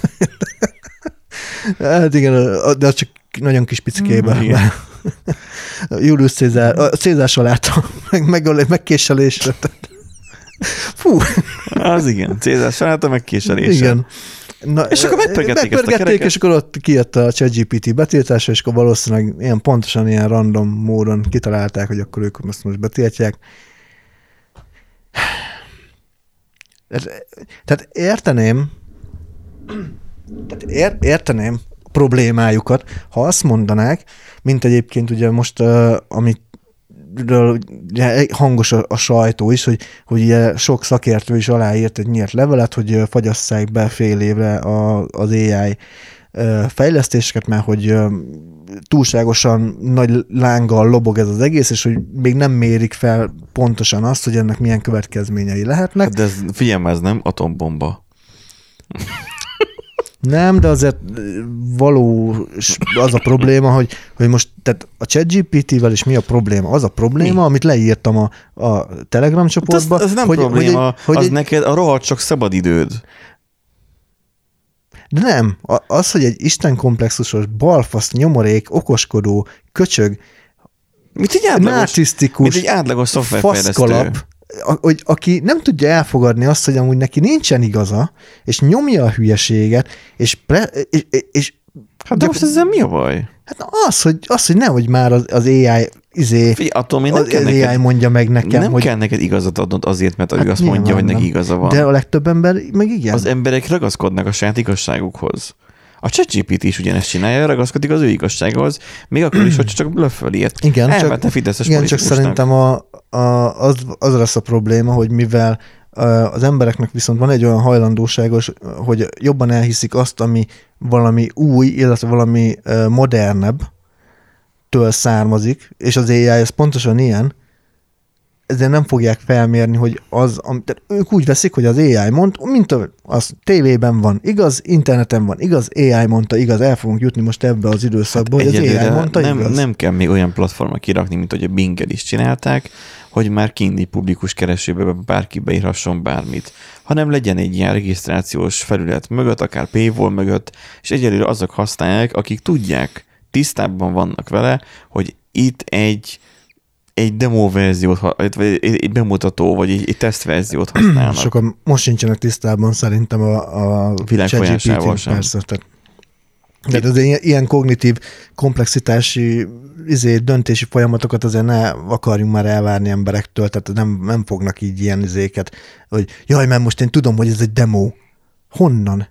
Hát igen, de az csak nagyon kis pickében. Mm, Julius Cézár, a Cézár saláta, meg, meg, megkéselésre. Fú. Az igen, Cézár saláta megkéselésre. Igen. Na, és akkor megpörgették ezt a kereket. És akkor ott kijött a ChatGPT betiltása, és akkor valószínűleg ilyen pontosan ilyen random módon kitalálták, hogy akkor ők most, most betiltják. Tehát érteném, tehát ér, érteném a problémájukat, ha azt mondanák, mint egyébként ugye most, uh, amit hangos a, a sajtó is, hogy, hogy ugye sok szakértő is aláírt egy nyílt levelet, hogy fagyasszák be fél évre a, az á i fejlesztéseket, mert hogy túlságosan nagy lánggal lobog ez az egész, és hogy még nem mérik fel pontosan azt, hogy ennek milyen következményei lehetnek. De ez, figyelj, ez nem atombomba. Nem, de azért valós az a probléma, hogy, hogy most tehát a ChatGPT-vel is mi a probléma? Az a probléma, mi? Amit leírtam a, a Telegram csoportba. Az, az nem hogy, probléma, hogy, hogy az egy, neked a rohadt sok szabadidőd. De nem, az, hogy egy istenkomplexusos, balfasz, nyomorék, okoskodó, köcsög, mint egy átlagos, narcisztikus, mint egy átlagos szoftverfejlesztő, hogy aki nem tudja elfogadni azt, hogy amúgy neki nincsen igaza, és nyomja a hülyeséget, és, pre, és, és hát de most ezzel mi a baj? Hát az, hogy, az, hogy nehogy már az, az á i izé, Figyelj, attól még nem az kell á i neked, mondja meg nekem, nem hogy... kell neked igazat adnod azért, mert hát ő azt mondja, hogy neki igaza van. De a legtöbb ember meg igen. Az emberek ragaszkodnak a saját igazságukhoz. A ChatGPT is ugyanezt csinálja, ragaszkodik az ő igazsághoz, még akkor is, hogy csak blöfföl ilyet. Igen, elvette csak, fideszes igen csak szerintem a, a, az, az lesz a probléma, hogy mivel az embereknek viszont van egy olyan hajlandóságos, hogy jobban elhiszik azt, ami valami új, illetve valami modernebb től származik, és az á i ez pontosan ilyen, ezért nem fogják felmérni, hogy az, am, tehát ők úgy veszik, hogy az á i mond, mint az tévében van igaz, interneten van igaz, á i mondta igaz, el fogunk jutni most ebbe az időszakba, hát hogy az á i mondta nem, igaz. Nem kell még olyan platformra kirakni, mint hogy a Bing-el is csinálták, hogy már kindi publikus keresőbe bárki beírhasson bármit, hanem legyen egy ilyen regisztrációs felület mögött, akár paywall mögött, és egyelőre azok használják, akik tudják, tisztában vannak vele, hogy itt egy egy demo verziót, vagy egy bemutató, vagy egy, egy tesztverziót használnak. Sokan most sincsenek tisztában szerintem a, a világ folyásával sem. Persze, tehát, de az ilyen, ilyen kognitív komplexitási izé, döntési folyamatokat azért ne akarjunk már elvárni emberektől, tehát nem, nem fognak így ilyen izéket, hogy jaj, mert most én tudom, hogy ez egy demo. Honnan?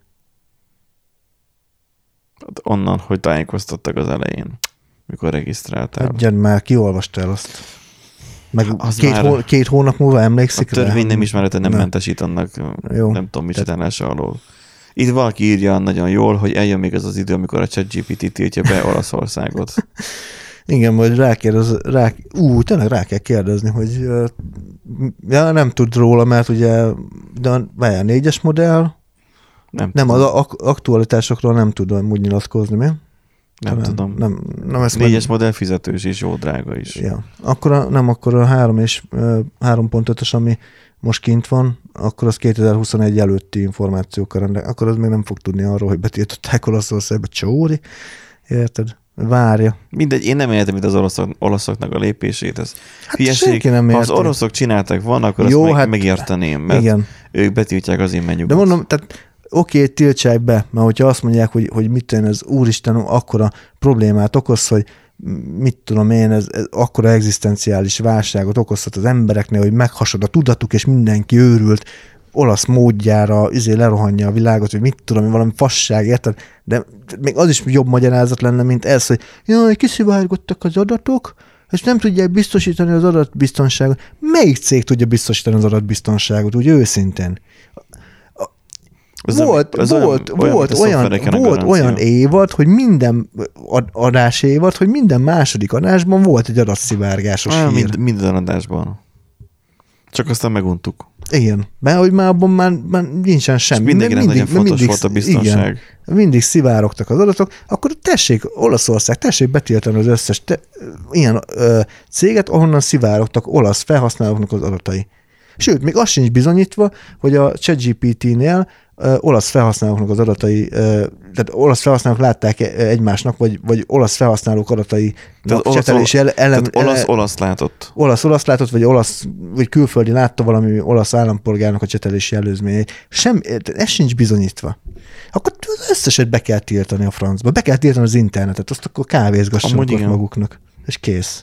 Hát onnan, hogy tájékoztattak az elején, mikor regisztráltál. Egyen már, kiolvastál el azt. Meg két, már hó, két hónap múlva emlékszik rá? A törvény nem ismerete nem, nem mentesít annak, jó. Nem tudom, mit csinálása alól. Itt valaki írja nagyon jól, hogy eljön még az az idő, amikor a ChatGPT tiltja be Olaszországot. Igen, majd rákérdez, rá, ú, tényleg rá kell kérdezni, hogy ja, nem tud róla, mert ugye de a négyes modell, nem, nem az aktualitásokról nem tudom úgy nyilatkozni, mi? Nem, nem tudom. Nem, nem ezt négyes majd... modell fizetős és jó drága is. Ja. Akkor a, nem, akkor a három és három pont ötös, ami most kint van, akkor az kétezer-huszonegy előtti információkkal rendelkezik. Akkor az még nem fog tudni arról, hogy betiltották Olaszországba csóri. Érted? Várja. Mindegy, én nem értem itt az oroszok, olaszoknak a lépését. Ez hát hülyeség. Nem ha az oroszok csináltak van, akkor Jó, azt hát, meg, megérteném, mert igen. ők betiltják az én mennyukat. De mondom, tehát oké, okay, tiltsák be, mert hogyha azt mondják, hogy, hogy mit tenni, ez úristen, akkora problémát okoz, hogy mit tudom én, ez, ez akkora egzisztenciális válságot okozhat az embereknél, hogy meghasad a tudatuk, és mindenki őrült, olasz módjára izé lerohanja a világot, hogy mit tudom, valami fasság, érted? De még az is jobb magyarázat lenne, mint ez, hogy jaj, kiszivárgottak az adatok, és nem tudják biztosítani az adatbiztonságot. Melyik cég tudja biztosítani az adatbiztonságot, úgy őszintén? Az volt, az volt, olyan, volt, olyan, olyan, volt olyan évad, hogy minden adás évad, hogy minden második adásban volt egy adatszivárgásos ah, hír. Mind, minden adásban. Csak aztán meguntuk. Igen, mert hogy már abban már, már nincsen semmi. Mindenkinek nagyon fontos mindig, volt a biztonság. Igen, mindig szivárogtak az adatok, akkor tessék, Olaszország, tessék betiltani az összes te, ilyen ö, céget, ahonnan szivárogtak olasz felhasználóknak az adatai. Sőt, még az sincs bizonyítva, hogy a ChatGPT-nél ö, olasz felhasználóknak az adatai, ö, tehát olasz felhasználók látták egymásnak, vagy, vagy olasz felhasználók adatai csetelés ele, ele, olasz, olasz látott. Olasz, olasz látott, vagy olasz, vagy külföldi látta valami olasz állampolgárnak a csetelési előzményeit. Sem, ez sincs bizonyítva. Akkor az összeset be kell tiltani a francba. Be kell tiltani az internetet, azt akkor kávézgassanak ott maguknak. És kész.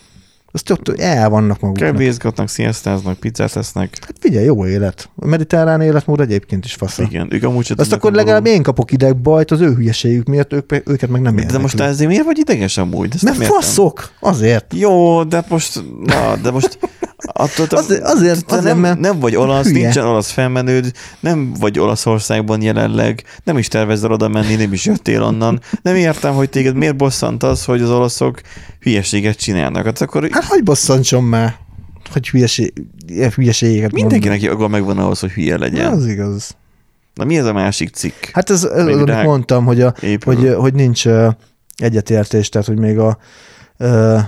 Azt ott el vannak maguknak. Kávézgatnak, sziasztáznak, pizzát esznek. Hát figyelj, jó élet. A mediterrán életmód egyébként is fasza. Igen, ők amúgy azt akkor legalább én kapok idegbajt az ő hülyeségük miatt, ők, őket meg nem érnek. De most ezért miért vagy ideges amúgy? Ezt mert faszok, azért. Jó, de most, na, de most attól, te, azért, azért, te azért, nem, nem vagy olasz, hülye. Nincsen olasz felmenőd, nem vagy Olaszországban jelenleg, nem is tervezzel oda menni, nem is jöttél onnan. Nem értem, hogy téged miért bosszant az, hogy az olaszok hülyeséget csinálnak. Hát, akkor... hát hogy bosszantson már, hogy hülyeség, hülyeségeket mindenkinek joga megvan ahhoz, hogy hülye legyen. Az igaz. Na mi ez a másik cikk? Hát ez, ez amit rá... mondtam, hogy, a, hogy, hogy nincs uh, egyetértés, tehát hogy még a uh,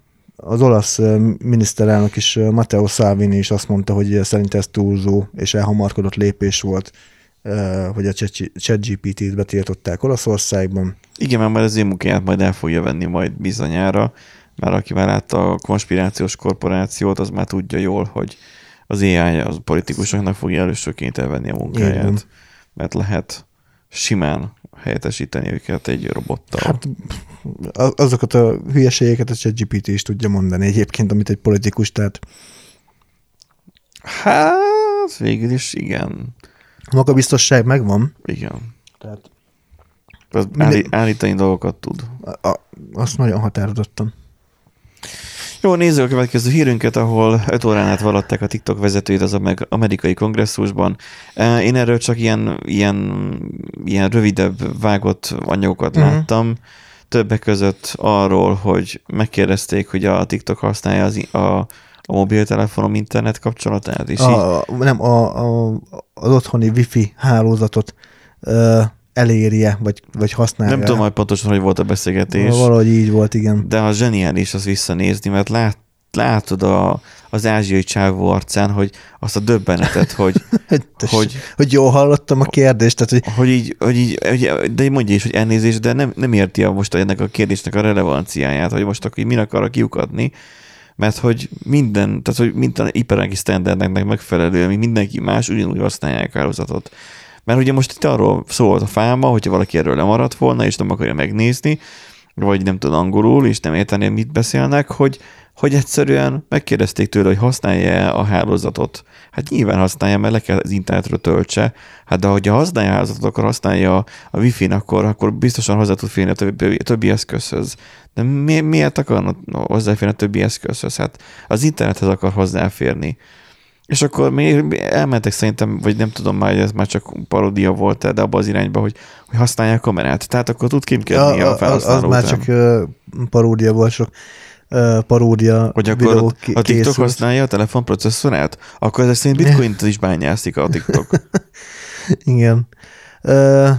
az olasz miniszterelnök is, Matteo Salvini is azt mondta, hogy szerint ez túlzó és elhamarkodott lépés volt, hogy a ChatGPT-t betiltották Olaszországban. Igen, mert már az én munkáját majd el fogja venni majd bizonyára, mert aki már látta a konspirációs korporációt, az már tudja jól, hogy az á i az politikusoknak fogja elősőként elvenni a munkáját, igen. Mert lehet simán helyettesíteni őket egy robottal. Hát azokat a hülyeségeket a ChatGPT is tudja mondani egyébként, amit egy politikus, tehát... Hát, végül is igen. Magabiztosság megvan. Igen. Tehát... Az minden... állítani dolgokat tud. A, a, azt nagyon határozottan. Jó, nézzük a következő hírünket, ahol öt órán át vallatták a TikTok vezetőit az amerikai kongresszusban. Én erről csak ilyen, ilyen, ilyen rövidebb vágott anyagokat uh-huh. láttam. Többek között arról, hogy megkérdezték, hogy a TikTok használja az, a, a mobiltelefonom internet kapcsolatát. És a, így... Nem, a, a, az otthoni wifi hálózatot ö, elérje, vagy, vagy használja. Nem tudom, hogy pontosan, hogy volt a beszélgetés. Valahogy így volt, igen. De a zseniális az visszanézni, mert lát, látod a, az ázsiai csávó arcán, hogy azt a döbbenetet, hogy... hogy, hogy jól hallottam a kérdést. Tehát, hogy, hogy, így, hogy így, hogy, de mondja is, hogy elnézést, de nem, nem érti a most ennek a kérdésnek a relevanciáját, hogy most akkor min akar kiukadni, mert hogy minden, tehát hogy minden iparági sztenderdnek megfelelő, ami mindenki más, ugyanúgy használják a hálózatot. Mert ugye most itt arról szólt a fáma, hogyha valaki erről lemaradt volna, és nem akarja megnézni, vagy nem tud angolul, és nem érteni, mit beszélnek, hogy, hogy egyszerűen megkérdezték tőle, hogy használja a hálózatot. Hát nyilván használja, mert le kell az internetről töltse. Hát de hogyha használja a hálózatot, akkor használja a Wi-Fi-n, akkor, akkor biztosan hozzá tud férni a többi, a többi eszközhöz. De mi, miért akarna hozzáférni a többi eszközhöz? Hát az internethez akar hozzáférni. És akkor még elmentek szerintem, vagy nem tudom már, ez már csak paródia volt, de abban az irányba, hogy, hogy használják a kamerát. Tehát akkor tud kémkedni a, a felhasználó Az, az már csak uh, paródia volt, sok uh, paródia hogy akkor videó a TikTok használja a telefonprocesszorát? Akkor ezek szerint bitcoint is bányászik a TikTok. Igen. Uh,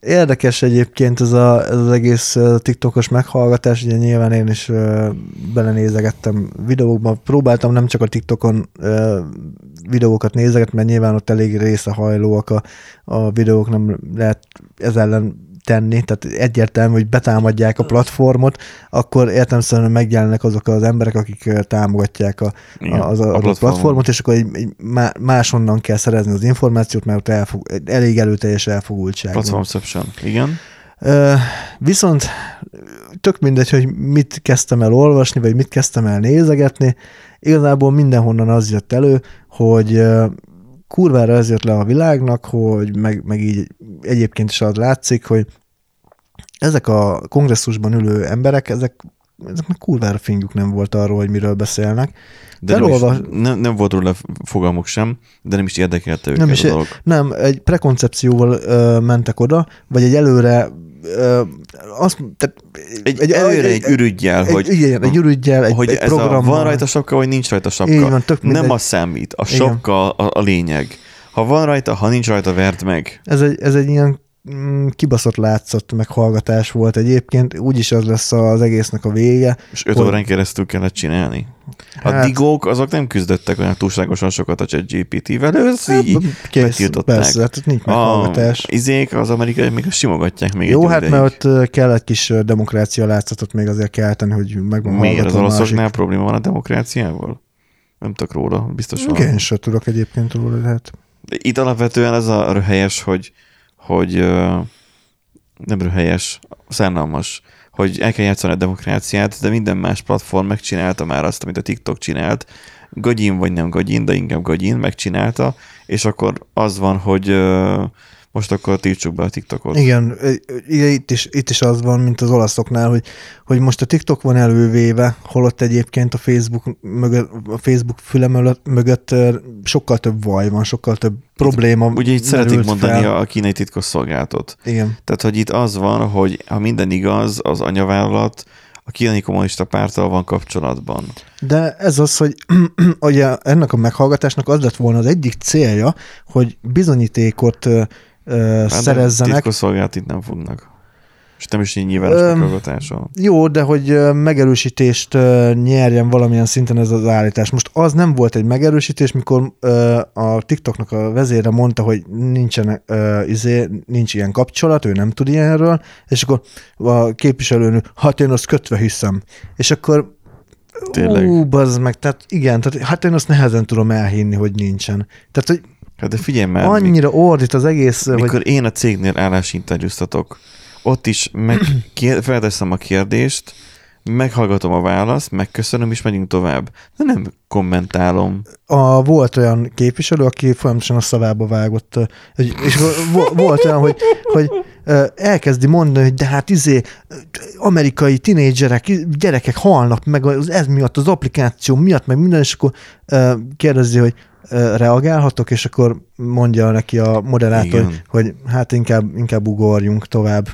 Érdekes egyébként ez, a, ez az egész TikTokos meghallgatás, ugye nyilván én is uh, belenézegettem videókba, próbáltam nem csak a TikTokon uh, videókat nézegetni, mert nyilván ott elég részehajlóak a, a videók, nem lehet ez ellen tenni, tehát egyértelmű, hogy betámadják a platformot, akkor értelemszerűen megjelennek azok az emberek, akik támogatják a, Igen, a, az a, a platformot, platformot, és akkor egy, egy máshonnan kell szerezni az információt, mert ott elfog, elég előteljes elfogultság. Platformception, igen. Uh, viszont tök mindegy, hogy mit kezdtem el olvasni, vagy mit kezdtem el nézegetni, igazából mindenhonnan az jött elő, hogy uh, kurvára ez jött le a világnak, hogy meg, meg így egyébként is az látszik, hogy ezek a kongresszusban ülő emberek, ezek, ezeknek kurvára fingjuk nem volt arról, hogy miről beszélnek. De nem, Felolva... is, nem, nem volt róla fogalmuk sem, de nem is érdekelte őket nem a is, dolog. Nem, egy prekoncepcióval ö, mentek oda, vagy egy előre ö, azt, tehát, egy, egy előre egy, egy ürüggyel, egy, hogy, igen, egy ürüggyel, egy, hogy egy ez a, van rajta sapka, vagy nincs rajta sapka. Van, nem az számít, a sapka a, a lényeg. Ha van rajta, ha nincs rajta, verd meg. Ez egy, ez egy ilyen mm, kibaszott látszott meghallgatás volt egyébként, úgyis az lesz az egésznek a vége. És öt hogy... órán keresztül kellett csinálni. A hát... digók azok nem küzdöttek olyan túlságosan sokat a ChatGPT-vel, ez így megtiltották. Persze, hát nincs meghallgatás. A izék, az amerikai még azt simogatják még Jó, egy hát mert ott kell egy kis demokrácia látszatot még azért kelteni, hogy megvan hallgató. Miért? Az oroszoknál probléma van a demokráciával? Nem tudok róla, biztos van. Igen, sem tudok egyébként róla, hát. De itt alapvetően az a röhelyes, hogy, hogy nem röhelyes, szánalmas, hogy el kell játszani a demokráciát, de minden más platform megcsinálta már azt, amit a TikTok csinált. Gagyin vagy nem gagyin, de inkább gagyin megcsinálta, és akkor az van, hogy most akkor tiltsuk be a TikTokot. Igen, itt is, itt is az van, mint az olaszoknál, hogy, hogy most a TikTok van elővéve, holott egyébként a Facebook mögött, a Facebook füle mögött sokkal több vaj van, sokkal több probléma. Itt, ugye itt szeretik mondani fel. a kínai titkosszolgálatot. Igen. Tehát, hogy itt az van, hogy ha minden igaz, az anyavállalat a kínai kommunista párttal van kapcsolatban. De ez az, hogy ugye ennek a meghallgatásnak az lett volna az egyik célja, hogy bizonyítékot Uh, szerezzenek. Titkosszolgálat itt nem fognak. És nem is így nyilvános um, meghallgatáson. Jó, de hogy uh, megerősítést uh, nyerjen valamilyen szinten ez az állítás. Most az nem volt egy megerősítés, mikor uh, a TikToknak a vezére mondta, hogy nincsen, uh, izé, nincs ilyen kapcsolat, ő nem tud ilyenről, és akkor a képviselőnő, hát én azt kötve hiszem. És akkor Tényleg? Ú, bazd meg, tehát igen, tehát, hát én azt nehezen tudom elhinni, hogy nincsen. Tehát, hogy hát de figyelj már. Annyira mi, ordít az egész. Mikor hogy... én a cégnél állásinterjúztatok, ott is meg kér, felteszem a kérdést, meghallgatom a választ, megköszönöm, és megyünk tovább. De nem kommentálom. A, volt olyan képviselő, aki folyamatosan a szavába vágott, és volt olyan, hogy, hogy elkezdi mondani, hogy de hát izé, amerikai tinédzserek, gyerekek halnak meg ez miatt, az applikáció miatt, meg minden, és akkor kérdezi, hogy reagálhatok, és akkor mondja neki a moderátor, Igen. hogy hát inkább, inkább ugorjunk tovább.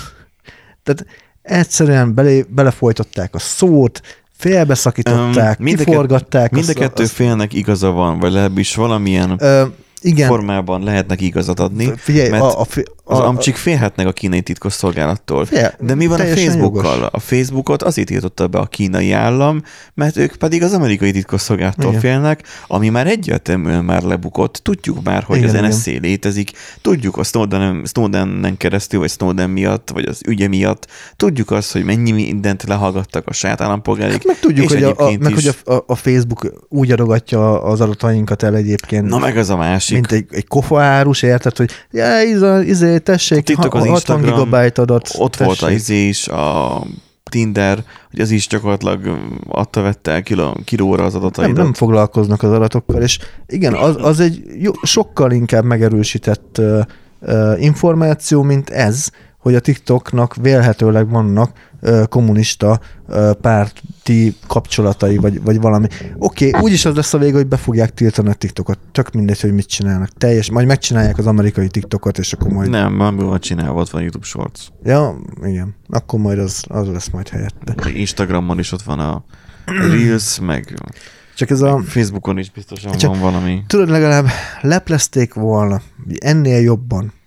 Tehát egyszerűen bele, belefolytották a szót, félbeszakították, um, kiforgatták. Mind a kettő az, félnek igaza van, vagy legalábbis valamilyen uh, igen. formában lehetnek igazat adni, Figyelj, mert a, a, a, az amcsik félhetnek a kínai titkosszolgálattól. Figyelj, de mi van a Facebookkal? Jogos. A Facebookot azért tiltotta be a kínai állam, mert ők pedig az amerikai titkosszolgálattól igen. félnek, ami már egyértelműen már lebukott. Tudjuk már, hogy igen, az en es cé létezik, tudjuk a Snowden, Snowdenen keresztül, vagy Snowden miatt, vagy az ügye miatt, tudjuk azt, hogy mennyi mindent lehallgattak a saját állampolgárik. Hát meg tudjuk, hogy, a, a, meg, hogy a, a Facebook úgy adogatja az adatainkat el egyébként. Na meg az a másik. Mint egy, egy kofaárus, érted, hogy ja, izé, tessék, ha, az hatvan gigabyte adat. Ott tessék. volt az izé is, a Tinder, hogy az is gyakorlatilag adta vette el kiló, kilóra az adataidat. Nem, nem foglalkoznak az adatokkal, és igen, az, az egy jó, sokkal inkább megerősített uh, uh, információ, mint ez, hogy a TikToknak vélhetőleg vannak uh, kommunista uh, párti kapcsolatai, vagy, vagy valami. Oké, okay, úgyis az lesz a vége, hogy be fogják tiltani a TikTokot. Tök mindegy, hogy mit csinálnak. Teljes, majd megcsinálják az amerikai TikTokot, és akkor majd... Nem, már van csinálva, ott van YouTube Shorts. Ja, igen. Akkor majd az, az lesz majd helyette. Instagramon is ott van a Reels, meg... Csak ez a... Facebookon is biztosan van valami. Tudod, legalább leplezték volna ennél jobban,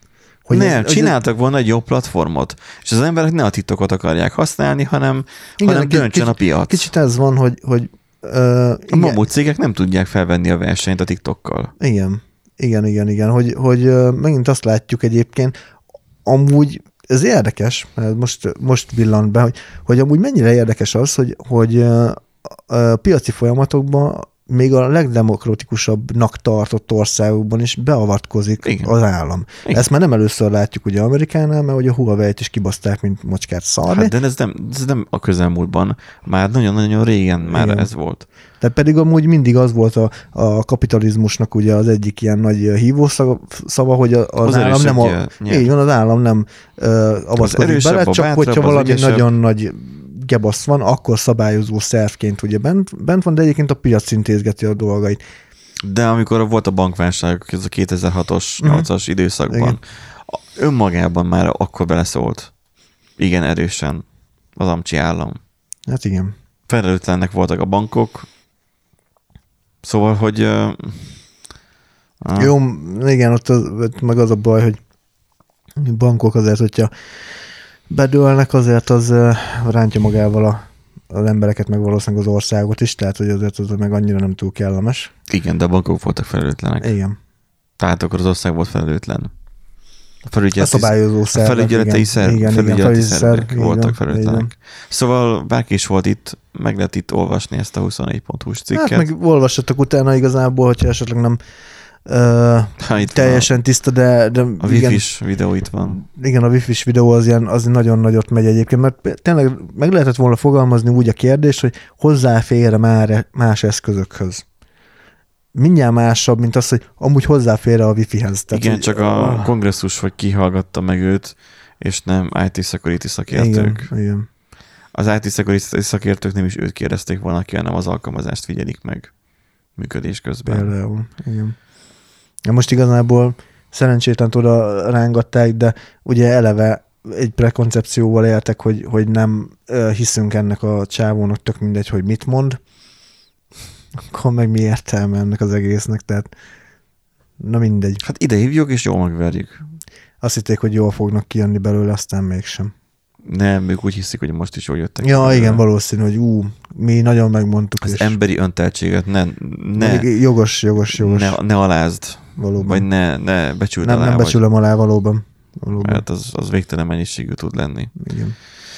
Hogy nem, ez, csináltak volna egy jobb platformot, és az emberek ne a TikTokot akarják használni, hanem, igen, hanem döntsön kicsit, a piac. Kicsit ez van, hogy, hogy uh, a mamut cégek nem tudják felvenni a versenyt a TikTokkal. Igen, igen, igen, igen, hogy, hogy uh, megint azt látjuk egyébként, amúgy ez érdekes, mert most, most villant be, hogy, hogy amúgy mennyire érdekes az, hogy, hogy uh, a piaci folyamatokban még a legdemokratikusabbnak tartott országokban is beavatkozik igen. az állam. Igen. Ezt már nem először látjuk ugye Amerikánál, mert ugye a Huawei-t is kibaszták, mint macskát szarni. Hát, de ez nem, ez nem a közelmúltban. Már nagyon-nagyon régen már igen. ez volt. Tehát pedig amúgy mindig az volt a, a kapitalizmusnak ugye az egyik ilyen nagy hívószava, hogy az, az állam nem a, így van, az állam nem uh, avatkozik bele, csak bátrabb, hogyha valami nagyon nagy gebasz van, akkor szabályozó szervként ugye bent, bent van, de egyébként a piac intézgeti a dolgait. De amikor volt a bankválság, ez a kétezer-hatos, nyolcas uh-huh. időszakban, igen. önmagában már akkor beleszólt igen erősen az amcsi állam. Hát igen. Felelőtlennek voltak a bankok, szóval, hogy... Uh, uh. Jó, igen, ott, az, ott meg az a baj, hogy bankok azért, hogyha bedőlnek, azért az uh, rántja magával a, az embereket, meg valószínűleg az országot is, tehát hogy azért az meg annyira nem túl kellemes. Igen, de a bankok voltak felelőtlenek. Igen. Tehát akkor az ország volt felelőtlen. A felügyeleti, a szabályozó szervek. A felügyeleti szervek, igen, felügyeleti igen, szervek szerv, voltak igen, felelőtlenek. igen. Szóval bárki is volt itt, meg lehet itt olvasni ezt a huszonnégy pont hu-s cikket. Hát meg olvassatok utána igazából, hogyha esetleg nem uh, ha, teljesen van. Tiszta, de, de a wifi-s videó itt van. Igen, a wifi-s videó az, ilyen, az nagyon nagyot megy egyébként, mert tényleg meg lehetett volna fogalmazni úgy a kérdést, hogy hozzáfér már más eszközökhöz. Mindjárt másabb, mint az, hogy amúgy hozzáfér a wifi-hez. Tehát, igen, hogy, csak a oh. kongresszus vagy kihallgatta meg őt, és nem i té security szakértők. Igen, igen. Az i té security szakértők nem is őt kérdezték volna ki, hanem az alkalmazást figyelik meg működés közben. Például, igen. Most igazából szerencsétlen oda rángatták, de ugye eleve egy prekoncepcióval éltek, hogy, hogy nem hiszünk ennek a csávónak, tök mindegy, hogy mit mond. Akkor meg mi értelme ennek az egésznek, tehát na mindegy. Hát ide hívjuk, és jól megverjük. Azt hitték, hogy jól fognak kijönni belőle, aztán mégsem. Nem, ők úgy hiszik, hogy most is jól jöttek. Ja, belőle. Igen, valószínű, hogy ú, mi nagyon megmondtuk. Az és emberi önteltséget ne, ne, jogos, jogos, jogos. Ne, ne alázd. Valóban. Vagy ne, ne becsüld nem, alá. Nem becsülöm alá, valóban. valóban. Mert az, az végtelen mennyiségű tud lenni. Igen.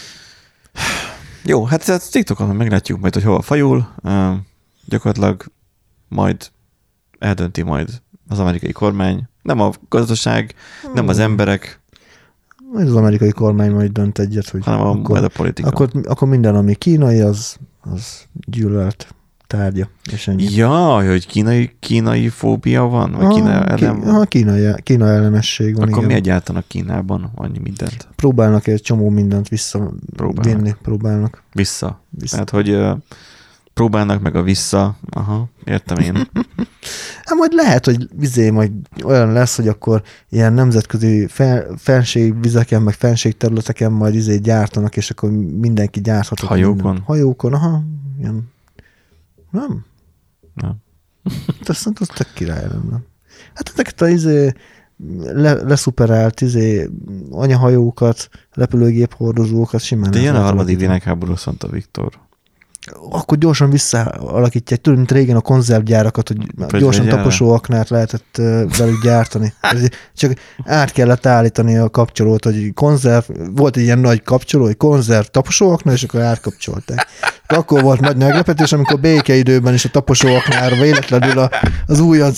Jó, hát ezt TikTokon meglátjuk majd, hogy hova fajul. Uh, gyakorlatilag majd eldönti majd az amerikai kormány. Nem a gazdaság, hmm. nem az emberek. Majd az amerikai kormány majd dönt egyet, hogy hanem a, akkor, majd a politika. Akkor, akkor minden, ami kínai, az, az gyűlölt tárgya. És ennyi. Ja, hogy kínai, kínai fóbia van? Vagy ah, Kína ellen ki, ah, kínai, Kína ellenesség van. Akkor igen. mi egyáltalán Kínában annyi mindent? Próbálnak egy csomó mindent visszavinni. Próbálnak. Vissza. Vissza. Tehát, hogy uh, próbálnak meg a vissza. Aha, értem én. Hát majd lehet, hogy vizé majd olyan lesz, hogy akkor ilyen nemzetközi fel, fenségvizeken, meg fenségterületeken majd izé gyártanak, és akkor mindenki gyárthatott. Hajókon? Minden. Hajókon, aha. Ilyen. Nem? Nem. Azt az tök király lenne. Hát ezeket a izé le, leszuperált izé anyahajókat, repülőgép hordozókat simán. De jön a harmadik világháború, mondta Viktor. Akkor gyorsan visszaalakítják, tudod, mint régen a konzervgyárakat, hogy Pögy gyorsan taposóaknát lehetett velük gyártani. Csak át kellett állítani a kapcsolót, hogy konzerv, volt egy ilyen nagy kapcsoló, hogy konzerv taposóaknál, és akkor átkapcsolták. De akkor volt nagy meglepetés, amikor békeidőben is a taposóaknára véletlenül a, az újonc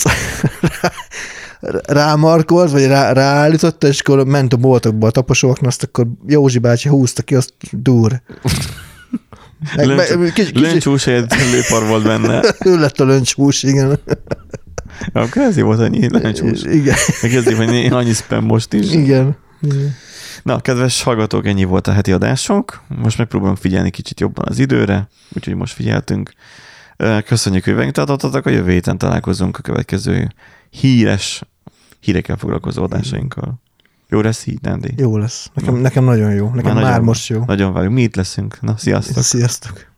rámarkolt, vagy rá, ráállította, és akkor ment a boltokba a taposóaknál, azt akkor Józsi bácsi húzta ki, azt dur. Löncshús helyett lőpar volt benne. Ő lett a löncshús, igen. Akkor ezért volt annyi löncshús. Igen. Meg ezért, hogy annyi spam most is. Igen. igen. Na, kedves hallgatók, ennyi volt a heti adásunk. Most megpróbálunk figyelni kicsit jobban az időre, úgyhogy most figyeltünk. Köszönjük, hogy megtartottatok. A jövő héten találkozunk a következő híres, hírekkel foglalkozó adásainkkal. Jó lesz így, Nandi? Jó lesz. Nekem, nekem nagyon jó. Nekem már, már nagyon, most jó. Nagyon várjuk. Mi itt leszünk. Na, sziasztok. Sziasztok.